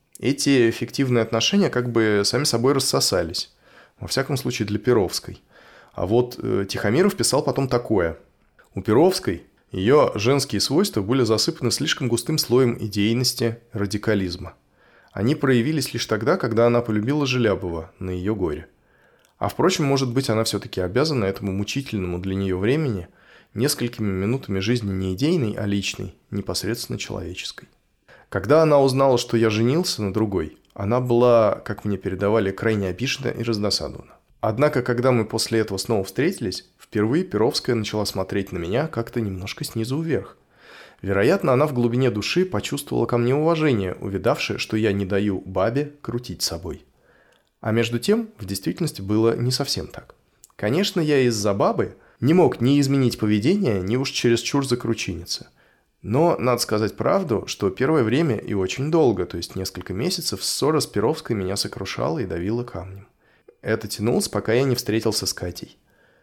эти фиктивные отношения как бы сами собой рассосались. Во всяком случае, для Перовской. А вот э, Тихомиров писал потом такое. У Перовской ее женские свойства были засыпаны слишком густым слоем идейности, радикализма. Они проявились лишь тогда, когда она полюбила Желябова на ее горе. А впрочем, может быть, она все-таки обязана этому мучительному для нее времени несколькими минутами жизни не идейной, а личной, непосредственно человеческой. Когда она узнала, что я женился на другой, она была, как мне передавали, крайне обижена и раздосадована. Однако, когда мы после этого снова встретились, впервые Перовская начала смотреть на меня как-то немножко снизу вверх. Вероятно, она в глубине души почувствовала ко мне уважение, увидавши, что я не даю бабе крутить собой. А между тем, в действительности было не совсем так. Конечно, я из-за бабы не мог ни изменить поведение, ни уж чересчур закручиниться. Но надо сказать правду, что первое время и очень долго, то есть несколько месяцев, ссора с Перовской меня сокрушала и давила камнем. Это тянулось, пока я не встретился с Катей.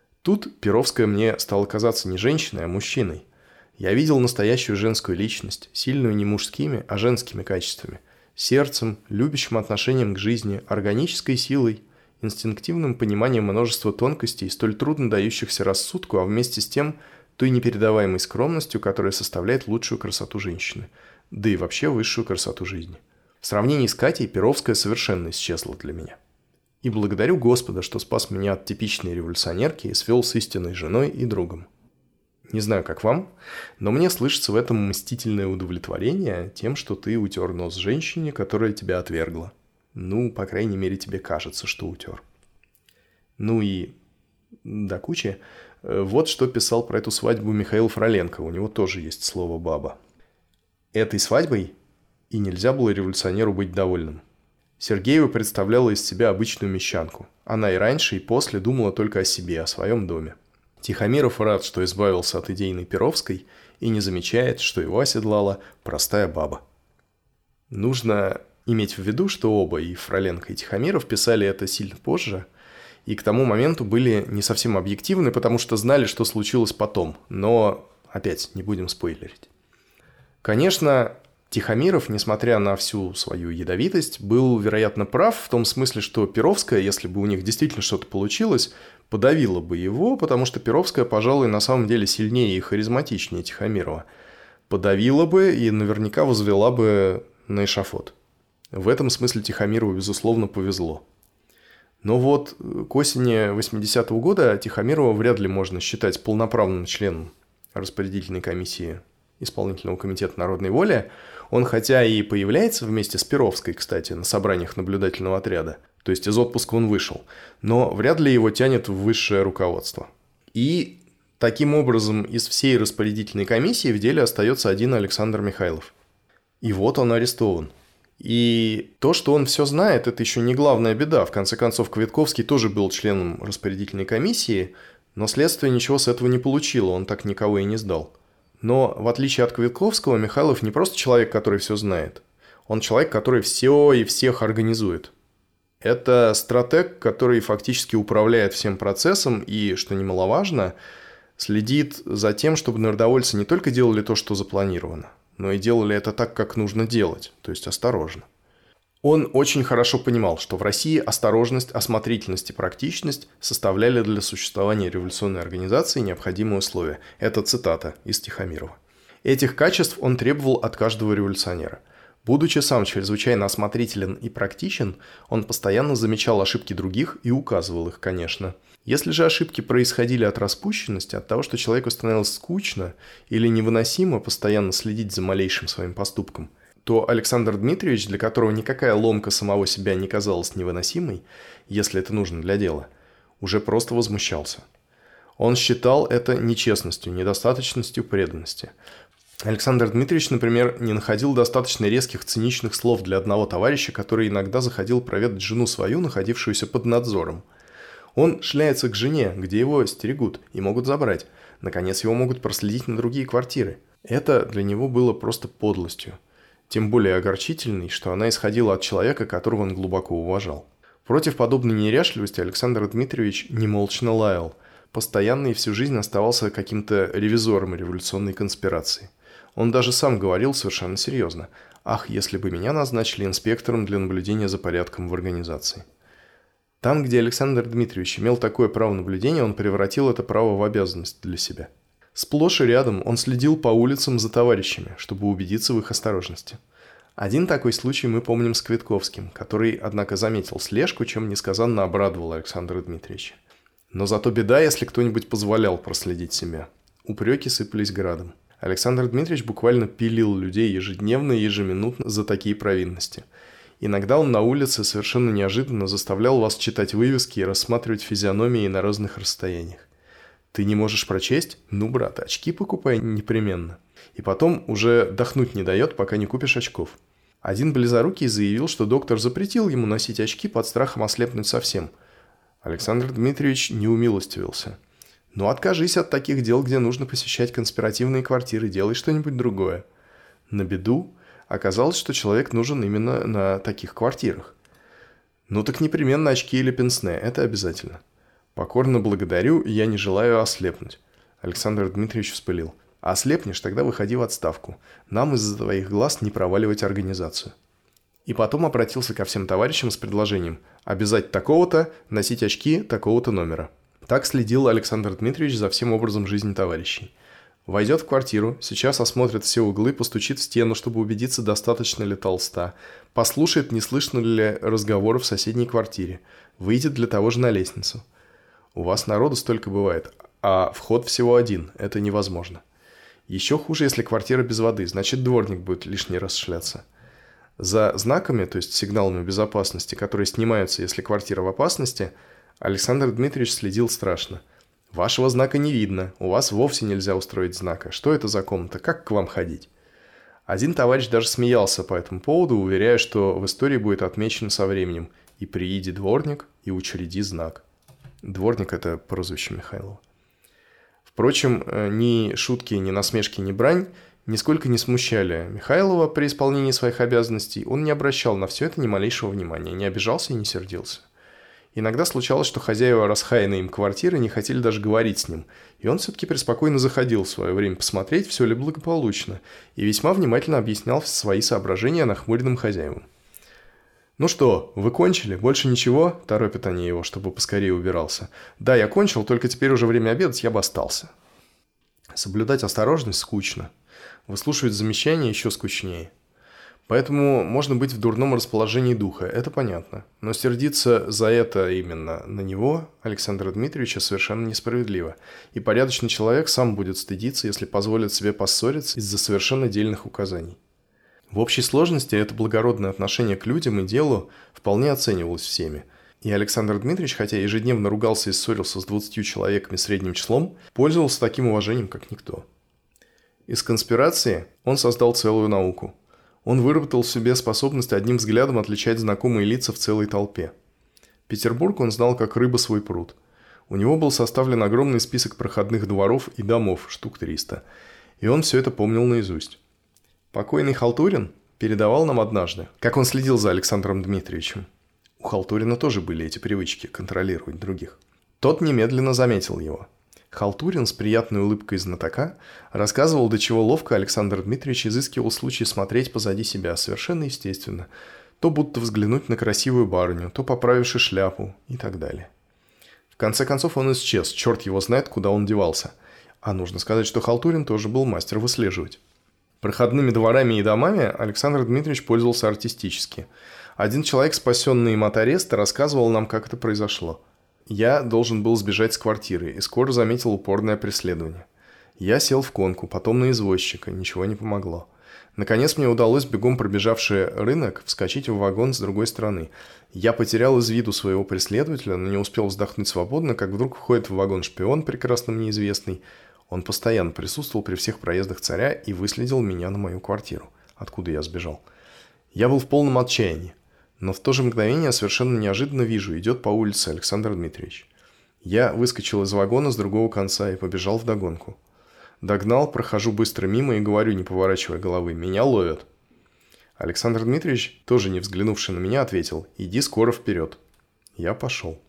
Тут Перовская мне стала казаться не женщиной, а мужчиной. Я видел настоящую женскую личность, сильную не мужскими, а женскими качествами, сердцем, любящим отношением к жизни, органической силой, инстинктивным пониманием множества тонкостей, столь трудно дающихся рассудку, а вместе с тем той непередаваемой скромностью, которая составляет лучшую красоту женщины, да и вообще высшую красоту жизни. В сравнении с Катей Перовская совершенно исчезла для меня. И благодарю Господа, что спас меня от типичной революционерки и свел с истинной женой и другом. Не знаю, как вам, но мне слышится в этом мстительное удовлетворение тем, что ты утер нос женщине, которая тебя отвергла. Ну, по крайней мере, тебе кажется, что утер. Ну и до кучи. Вот что писал про эту свадьбу Михаил Фроленко. У него тоже есть слово «баба». Этой свадьбой и нельзя было революционеру быть довольным. Сергеева представляла из себя обычную мещанку. Она и раньше, и после думала только о себе, о своем доме. Тихомиров рад, что избавился от идейной Перовской, и не замечает, что его оседлала простая баба. Нужно иметь в виду, что оба, и Фроленко, и Тихомиров, писали это сильно позже, и к тому моменту были не совсем объективны, потому что знали, что случилось потом. Но, опять, не будем спойлерить. Конечно, Тихомиров, несмотря на всю свою ядовитость, был, вероятно, прав в том смысле, что Перовская, если бы у них действительно что-то получилось, подавила бы его, потому что Перовская, пожалуй, на самом деле сильнее и харизматичнее Тихомирова. Подавила бы и наверняка возвела бы на эшафот. В этом смысле Тихомирову, безусловно, повезло. Но вот к осени восьмидесятого года Тихомирова вряд ли можно считать полноправным членом распорядительной комиссии Исполнительного комитета народной воли. Он хотя и появляется вместе с Перовской, кстати, на собраниях наблюдательного отряда, то есть из отпуска он вышел, но вряд ли его тянет в высшее руководство. И таким образом из всей распорядительной комиссии в деле остается один Александр Михайлов. И вот он арестован. И то, что он все знает, это еще не главная беда. В конце концов, Квитковский тоже был членом распорядительной комиссии, но следствие ничего с этого не получило, он так никого и не сдал. Но, в отличие от Квитковского, Михайлов не просто человек, который все знает. Он человек, который все и всех организует. Это стратег, который фактически управляет всем процессом и, что немаловажно, следит за тем, чтобы народовольцы не только делали то, что запланировано, но и делали это так, как нужно делать, то есть осторожно. Он очень хорошо понимал, что в России осторожность, осмотрительность и практичность составляли для существования революционной организации необходимые условия. Это цитата из Тихомирова. Этих качеств он требовал от каждого революционера. Будучи сам чрезвычайно осмотрителен и практичен, он постоянно замечал ошибки других и указывал их, конечно. Если же ошибки происходили от распущенности, от того, что человеку становилось скучно или невыносимо постоянно следить за малейшим своим поступком, то Александр Дмитриевич, для которого никакая ломка самого себя не казалась невыносимой, если это нужно для дела, уже просто возмущался. Он считал это нечестностью, недостаточностью преданности. Александр Дмитриевич, например, не находил достаточно резких циничных слов для одного товарища, который иногда заходил проведать жену свою, находившуюся под надзором. Он шляется к жене, где его стерегут и могут забрать. Наконец, его могут проследить на другие квартиры. Это для него было просто подлостью. Тем более огорчительной, что она исходила от человека, которого он глубоко уважал. Против подобной неряшливости Александр Дмитриевич немолчно лаял. Постоянно и всю жизнь оставался каким-то ревизором революционной конспирации. Он даже сам говорил совершенно серьезно: «Ах, если бы меня назначили инспектором для наблюдения за порядком в организации». Там, где Александр Дмитриевич имел такое право наблюдения, он превратил это право в обязанность для себя. Сплошь и рядом он следил по улицам за товарищами, чтобы убедиться в их осторожности. Один такой случай мы помним с Квитковским, который, однако, заметил слежку, чем несказанно обрадовал Александра Дмитриевича. Но зато беда, если кто-нибудь позволял проследить себя. Упреки сыпались градом. Александр Дмитриевич буквально пилил людей ежедневно и ежеминутно за такие провинности. Иногда он на улице совершенно неожиданно заставлял вас читать вывески и рассматривать физиономии на разных расстояниях. Ты не можешь прочесть? Ну, брат, очки покупай непременно. И потом уже дохнуть не дает, пока не купишь очков. Один близорукий заявил, что доктор запретил ему носить очки под страхом ослепнуть совсем. Александр Дмитриевич не умилостивился. Ну, откажись от таких дел, где нужно посещать конспиративные квартиры, делай что-нибудь другое. На беду оказалось, что человек нужен именно на таких квартирах. Ну так непременно очки или пенсне, это обязательно. Покорно благодарю, я не желаю ослепнуть. Александр Дмитриевич вспылил. Ослепнешь, тогда выходи в отставку. Нам из-за твоих глаз не проваливать организацию. И потом обратился ко всем товарищам с предложением обязать такого-то, носить очки такого-то номера. Так следил Александр Дмитриевич за всем образом жизни товарищей. Войдет в квартиру, сейчас осмотрит все углы, постучит в стену, чтобы убедиться, достаточно ли толста, послушает, не слышно ли разговоров в соседней квартире, выйдет для того же на лестницу. У вас народу столько бывает, А вход всего один, это невозможно. Еще хуже, если квартира без воды, значит дворник будет лишний раз шляться. За знаками, то есть сигналами безопасности, которые снимаются, если квартира в опасности, Александр Дмитриевич следил страшно. Вашего знака не видно, у вас вовсе нельзя устроить знака. Что это за комната, как к вам ходить? Один товарищ даже смеялся по этому поводу, уверяя, что в истории будет отмечено со временем «И прииди дворник, и учреди знак». Дворник – это прозвище Михайлова. Впрочем, ни шутки, ни насмешки, ни брань нисколько не смущали Михайлова при исполнении своих обязанностей. Он не обращал на все это ни малейшего внимания, не обижался и не сердился. Иногда случалось, что хозяева расхаянной им квартиры не хотели даже говорить с ним, и он все-таки преспокойно заходил в свое время посмотреть, все ли благополучно, и весьма внимательно объяснял свои соображения нахмуренным хозяевам. «Ну что, вы кончили? Больше ничего?» – торопят они его, чтобы поскорее убирался. «Да, я кончил, только теперь уже время обедать, я бы остался». Соблюдать осторожность скучно. Выслушивать замечания еще скучнее. Поэтому можно быть в дурном расположении духа, это понятно. Но сердиться за это именно на него, Александра Дмитриевича, совершенно несправедливо. И порядочный человек сам будет стыдиться, если позволит себе поссориться из-за совершенно дельных указаний. В общей сложности это благородное отношение к людям и делу вполне оценивалось всеми. И Александр Дмитриевич, хотя ежедневно ругался и ссорился с двадцатью человеками средним числом, пользовался таким уважением, как никто. Из конспирации он создал целую науку. Он выработал в себе способность одним взглядом отличать знакомые лица в целой толпе. Петербург он знал как рыба свой пруд. У него был составлен огромный список проходных дворов и домов, штук триста. И он все это помнил наизусть. Покойный Халтурин передавал нам однажды, как он следил за Александром Дмитриевичем. У Халтурина тоже были эти привычки контролировать других. Тот немедленно заметил его. Халтурин с приятной улыбкой знатока рассказывал, до чего ловко Александр Дмитриевич изыскивал случай смотреть позади себя, совершенно естественно. То будто взглянуть на красивую барыню, то поправивши шляпу и так далее. В конце концов он исчез, черт его знает, куда он девался. А нужно сказать, что Халтурин тоже был мастер выслеживать. Проходными дворами и домами Александр Дмитриевич пользовался артистически. Один человек, спасенный им от ареста, рассказывал нам, как это произошло. Я должен был сбежать с квартиры и скоро заметил упорное преследование. Я сел в конку, потом на извозчика, ничего не помогло. Наконец мне удалось, бегом пробежавший рынок, вскочить в вагон с другой стороны. Я потерял из виду своего преследователя, но не успел вздохнуть свободно, как вдруг входит в вагон шпион, прекрасно мне известный. Он постоянно присутствовал при всех проездах царя и выследил меня на мою квартиру, откуда я сбежал. Я был в полном отчаянии, но в то же мгновение совершенно неожиданно вижу, идет по улице Александр Дмитриевич. Я выскочил из вагона с другого конца и побежал вдогонку. Догнал, прохожу быстро мимо и говорю, не поворачивая головы, меня ловят. Александр Дмитриевич, тоже не взглянувший на меня, ответил, иди скоро вперед. Я пошел.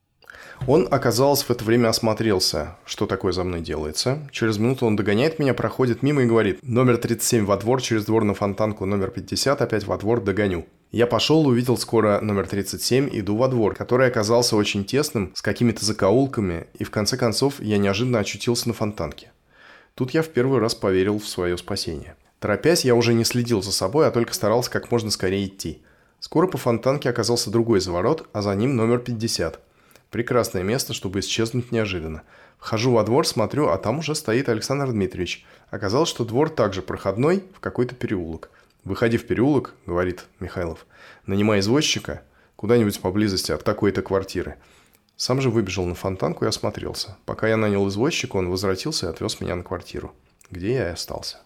Он, оказалось, в это время осмотрелся, что такое за мной делается. Через минуту он догоняет меня, проходит мимо и говорит: номер тридцать семь во двор, через двор на Фонтанку, номер пятьдесят, опять во двор, догоню. Я пошел, увидел скоро номер тридцать семь, иду во двор, который оказался очень тесным, с какими-то закоулками, и в конце концов я неожиданно очутился на Фонтанке. Тут я в первый раз поверил в свое спасение. Торопясь, я уже не следил за собой, а только старался как можно скорее идти. Скоро по Фонтанке оказался другой заворот, а за ним номер пятьдесят. Прекрасное место, чтобы исчезнуть неожиданно. Вхожу во двор, смотрю, а там уже стоит Александр Дмитриевич. Оказалось, что двор также проходной в какой-то переулок. «Выходи в переулок», — говорит Михайлов, — «нанимай извозчика куда-нибудь поблизости от такой-то квартиры». Сам же выбежал на Фонтанку и осмотрелся. Пока я нанял извозчика, он возвратился и отвез меня на квартиру, где я и остался.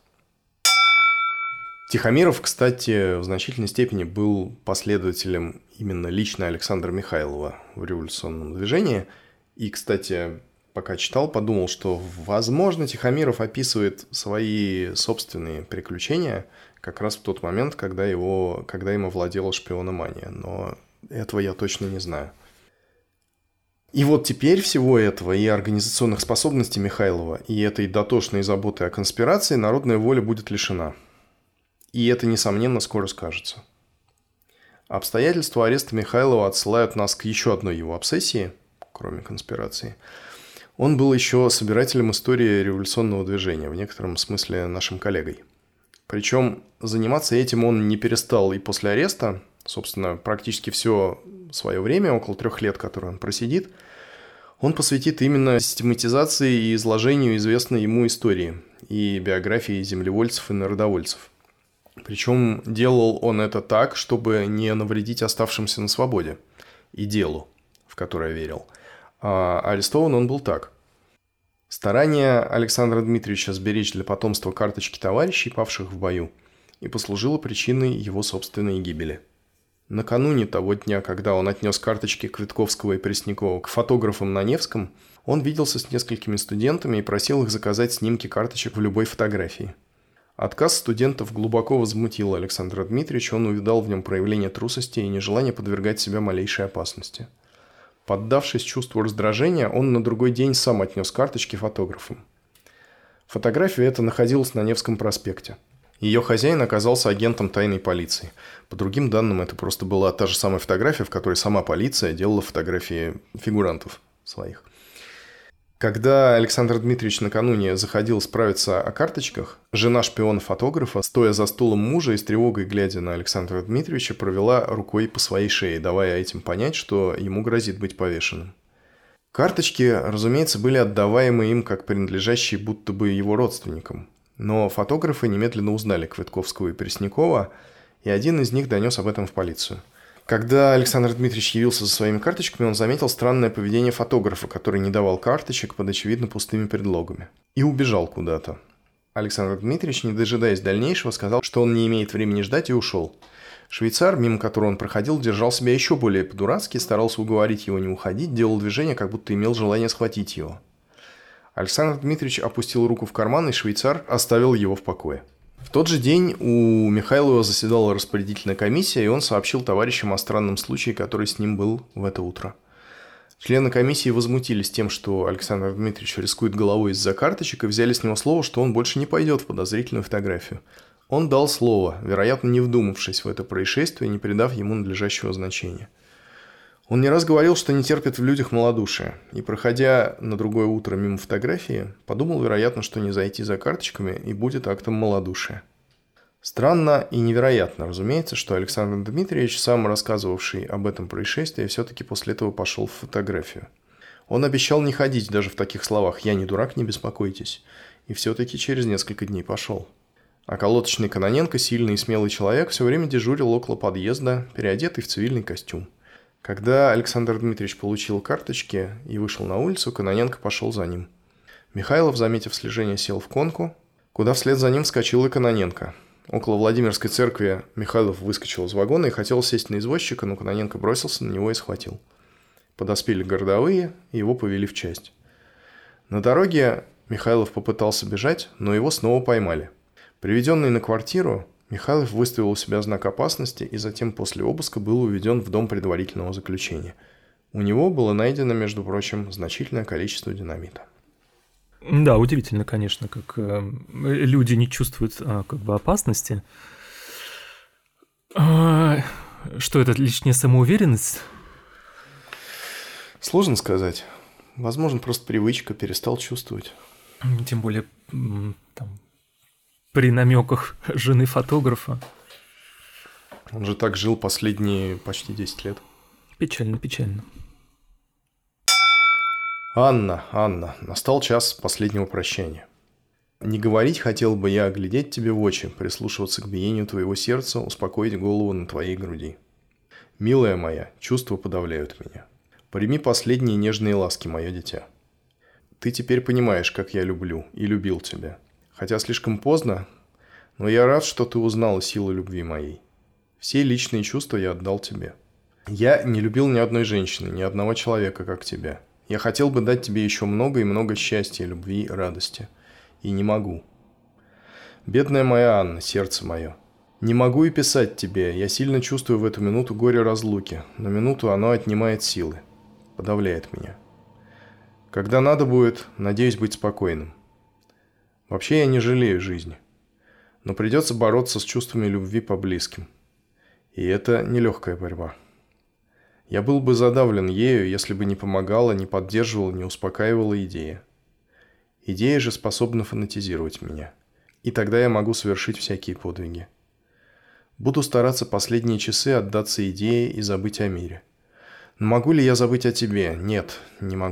Тихомиров, кстати, в значительной степени был последователем именно лично Александра Михайлова в революционном движении. И, кстати, пока читал, подумал, что, возможно, Тихомиров описывает свои собственные приключения как раз в тот момент, когда, его, когда им овладела шпиономания. Но этого я точно не знаю. И вот теперь всего этого, и организационных способностей Михайлова, и этой дотошной заботы о конспирации, народная воля будет лишена. И это, несомненно, скоро скажется. Обстоятельства ареста Михайлова отсылают нас к еще одной его обсессии, кроме конспирации. Он был еще собирателем истории революционного движения, в некотором смысле нашим коллегой. Причем заниматься этим он не перестал и после ареста. Собственно, практически все свое время, около трех лет, которое он просидит, Он посвятит именно систематизации и изложению известной ему истории и биографии землевольцев и народовольцев. Причем делал он это так, чтобы не навредить оставшимся на свободе и делу, в которое верил. А арестован он был так. Старание Александра Дмитриевича сберечь для потомства карточки товарищей, павших в бою, и послужило причиной его собственной гибели. Накануне того дня, когда он отнес карточки Квитковского и Преснякова к фотографам на Невском, он виделся с несколькими студентами и просил их заказать снимки карточек в любой фотографии. Отказ студентов глубоко возмутил Александра Дмитриевича, он увидал в нем проявление трусости и нежелание подвергать себя малейшей опасности. Поддавшись чувству раздражения, он на другой день сам отнес карточки фотографам. Фотография эта находилась на Невском проспекте. Ее хозяин оказался агентом тайной полиции. По другим данным, это просто была та же самая фотография, в которой сама полиция делала фотографии фигурантов своих. Когда Александр Дмитриевич накануне заходил справиться о карточках, жена шпиона-фотографа, стоя за стулом мужа и с тревогой глядя на Александра Дмитриевича, провела рукой по своей шее, давая этим понять, что ему грозит быть повешенным. Карточки, разумеется, были отдаваемы им как принадлежащие будто бы его родственникам. Но фотографы немедленно узнали Квитковского и Преснякова, и один из них донес об этом в полицию. Когда Александр Дмитриевич явился за своими карточками, он заметил странное поведение фотографа, который не давал карточек под очевидно пустыми предлогами, и убежал куда-то. Александр Дмитриевич, не дожидаясь дальнейшего, сказал, что он не имеет времени ждать, и ушел. Швейцар, мимо которого он проходил, держал себя еще более по-дурацки, старался уговорить его не уходить, делал движение, как будто имел желание схватить его. Александр Дмитриевич опустил руку в карман, и швейцар оставил его в покое. В тот же день у Михайлова заседала распорядительная комиссия, и он сообщил товарищам о странном случае, который с ним был в это утро. Члены комиссии возмутились тем, что Александр Дмитриевич рискует головой из-за карточек, и взяли с него слово, что он больше не пойдет в подозрительную фотографию. Он дал слово, вероятно, не вдумавшись в это происшествие, не придав ему надлежащего значения. Он не раз говорил, что не терпит в людях малодушия, и, проходя на другое утро мимо фотографии, подумал, вероятно, что не зайти за карточками и будет актом малодушия. Странно и невероятно, разумеется, что Александр Дмитриевич, сам рассказывавший об этом происшествии, все-таки после этого пошел в фотографию. Он обещал не ходить даже в таких словах «я не дурак, не беспокойтесь», и все-таки через несколько дней пошел. А колоточный Кононенко, сильный и смелый человек, все время дежурил около подъезда, переодетый в цивильный костюм. Когда Александр Дмитриевич получил карточки и вышел на улицу, Кононенко пошел за ним. Михайлов, заметив слежение, сел в конку, куда вслед за ним вскочил и Кононенко. Около Владимирской церкви Михайлов выскочил из вагона и хотел сесть на извозчика, но Кононенко бросился на него и схватил. Подоспели городовые, и его повели в часть. На дороге Михайлов попытался бежать, но его снова поймали. Приведенный на квартиру, Михайлов выставил у себя знак опасности и затем после обыска был уведен в дом предварительного заключения. У него было найдено, между прочим, значительное количество динамита. Да, удивительно, конечно, как э, люди не чувствуют а, как бы опасности. А, что это, лишняя самоуверенность? Сложно сказать. Возможно, просто привычка, перестал чувствовать. Тем более там, при намеках жены фотографа. Он же так жил последние почти десять лет. Печально, печально. Анна, Анна, настал час последнего прощания. Не говорить хотел бы я, глядеть тебе в очи, прислушиваться к биению твоего сердца, успокоить голову на твоей груди. Милая моя, чувства подавляют меня. Прими последние нежные ласки, мое дитя. Ты теперь понимаешь, как я люблю и любил тебя. Хотя слишком поздно, но я рад, что ты узнала силу любви моей. Все личные чувства я отдал тебе. Я не любил ни одной женщины, ни одного человека, как тебя. Я хотел бы дать тебе еще много и много счастья, любви и радости. И не могу. Бедная моя Анна, сердце мое. Не могу и писать тебе, я сильно чувствую в эту минуту горе разлуки. На минуту оно отнимает силы, подавляет меня. Когда надо будет, надеюсь быть спокойным. Вообще я не жалею жизни. Но придется бороться с чувствами любви по близким. И это нелегкая борьба. Я был бы задавлен ею, если бы не помогала, не поддерживала, не успокаивала идея. Идея же способна фанатизировать меня. И тогда я могу совершить всякие подвиги. Буду стараться последние часы отдаться идее и забыть о мире. Но могу ли я забыть о тебе? Нет, не могу.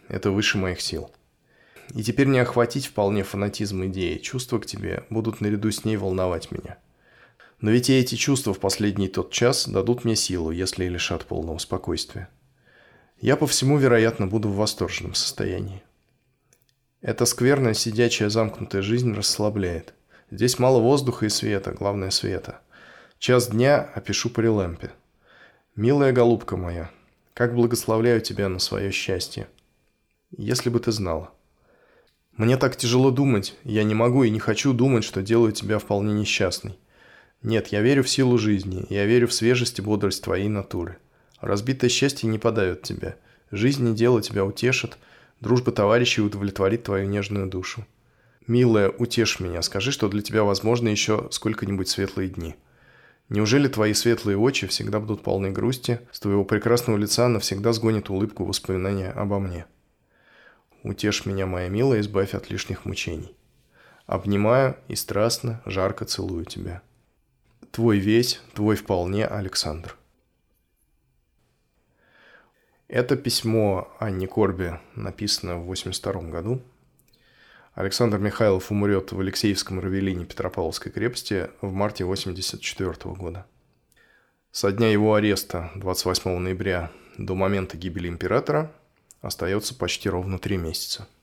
Это выше моих сил. И теперь не охватить вполне фанатизм идеи. Чувства к тебе будут наряду с ней волновать меня. Но ведь и эти чувства в последний тот час дадут мне силу, если и лишат полного спокойствия. Я по всему, вероятно, буду в восторженном состоянии. Эта скверная, сидячая, замкнутая жизнь расслабляет. Здесь мало воздуха и света, главное света. Час дня опишу при лампе. Милая голубка моя, как благословляю тебя на свое счастье. Если бы ты знала. Мне так тяжело думать, я не могу и не хочу думать, что делаю тебя вполне несчастной. Нет, я верю в силу жизни, я верю в свежесть и бодрость твоей натуры. Разбитое счастье не подавит тебя. Жизнь и дело тебя утешат, дружба товарищей удовлетворит твою нежную душу. Милая, утешь меня, скажи, что для тебя возможны еще сколько-нибудь светлые дни. Неужели твои светлые очи всегда будут полны грусти, с твоего прекрасного лица навсегда сгонит улыбку воспоминания обо мне? Утешь меня, моя милая, избавь от лишних мучений. Обнимаю и страстно, жарко целую тебя. Твой весь, твой вполне Александр. Это письмо Анне Корби написано в восемьдесят втором году. Александр Михайлов умрет в Алексеевском равелине Петропавловской крепости в марте восемьдесят четвёртого года. Со дня его ареста, двадцать восьмого ноября, до момента гибели императора остается почти ровно три месяца.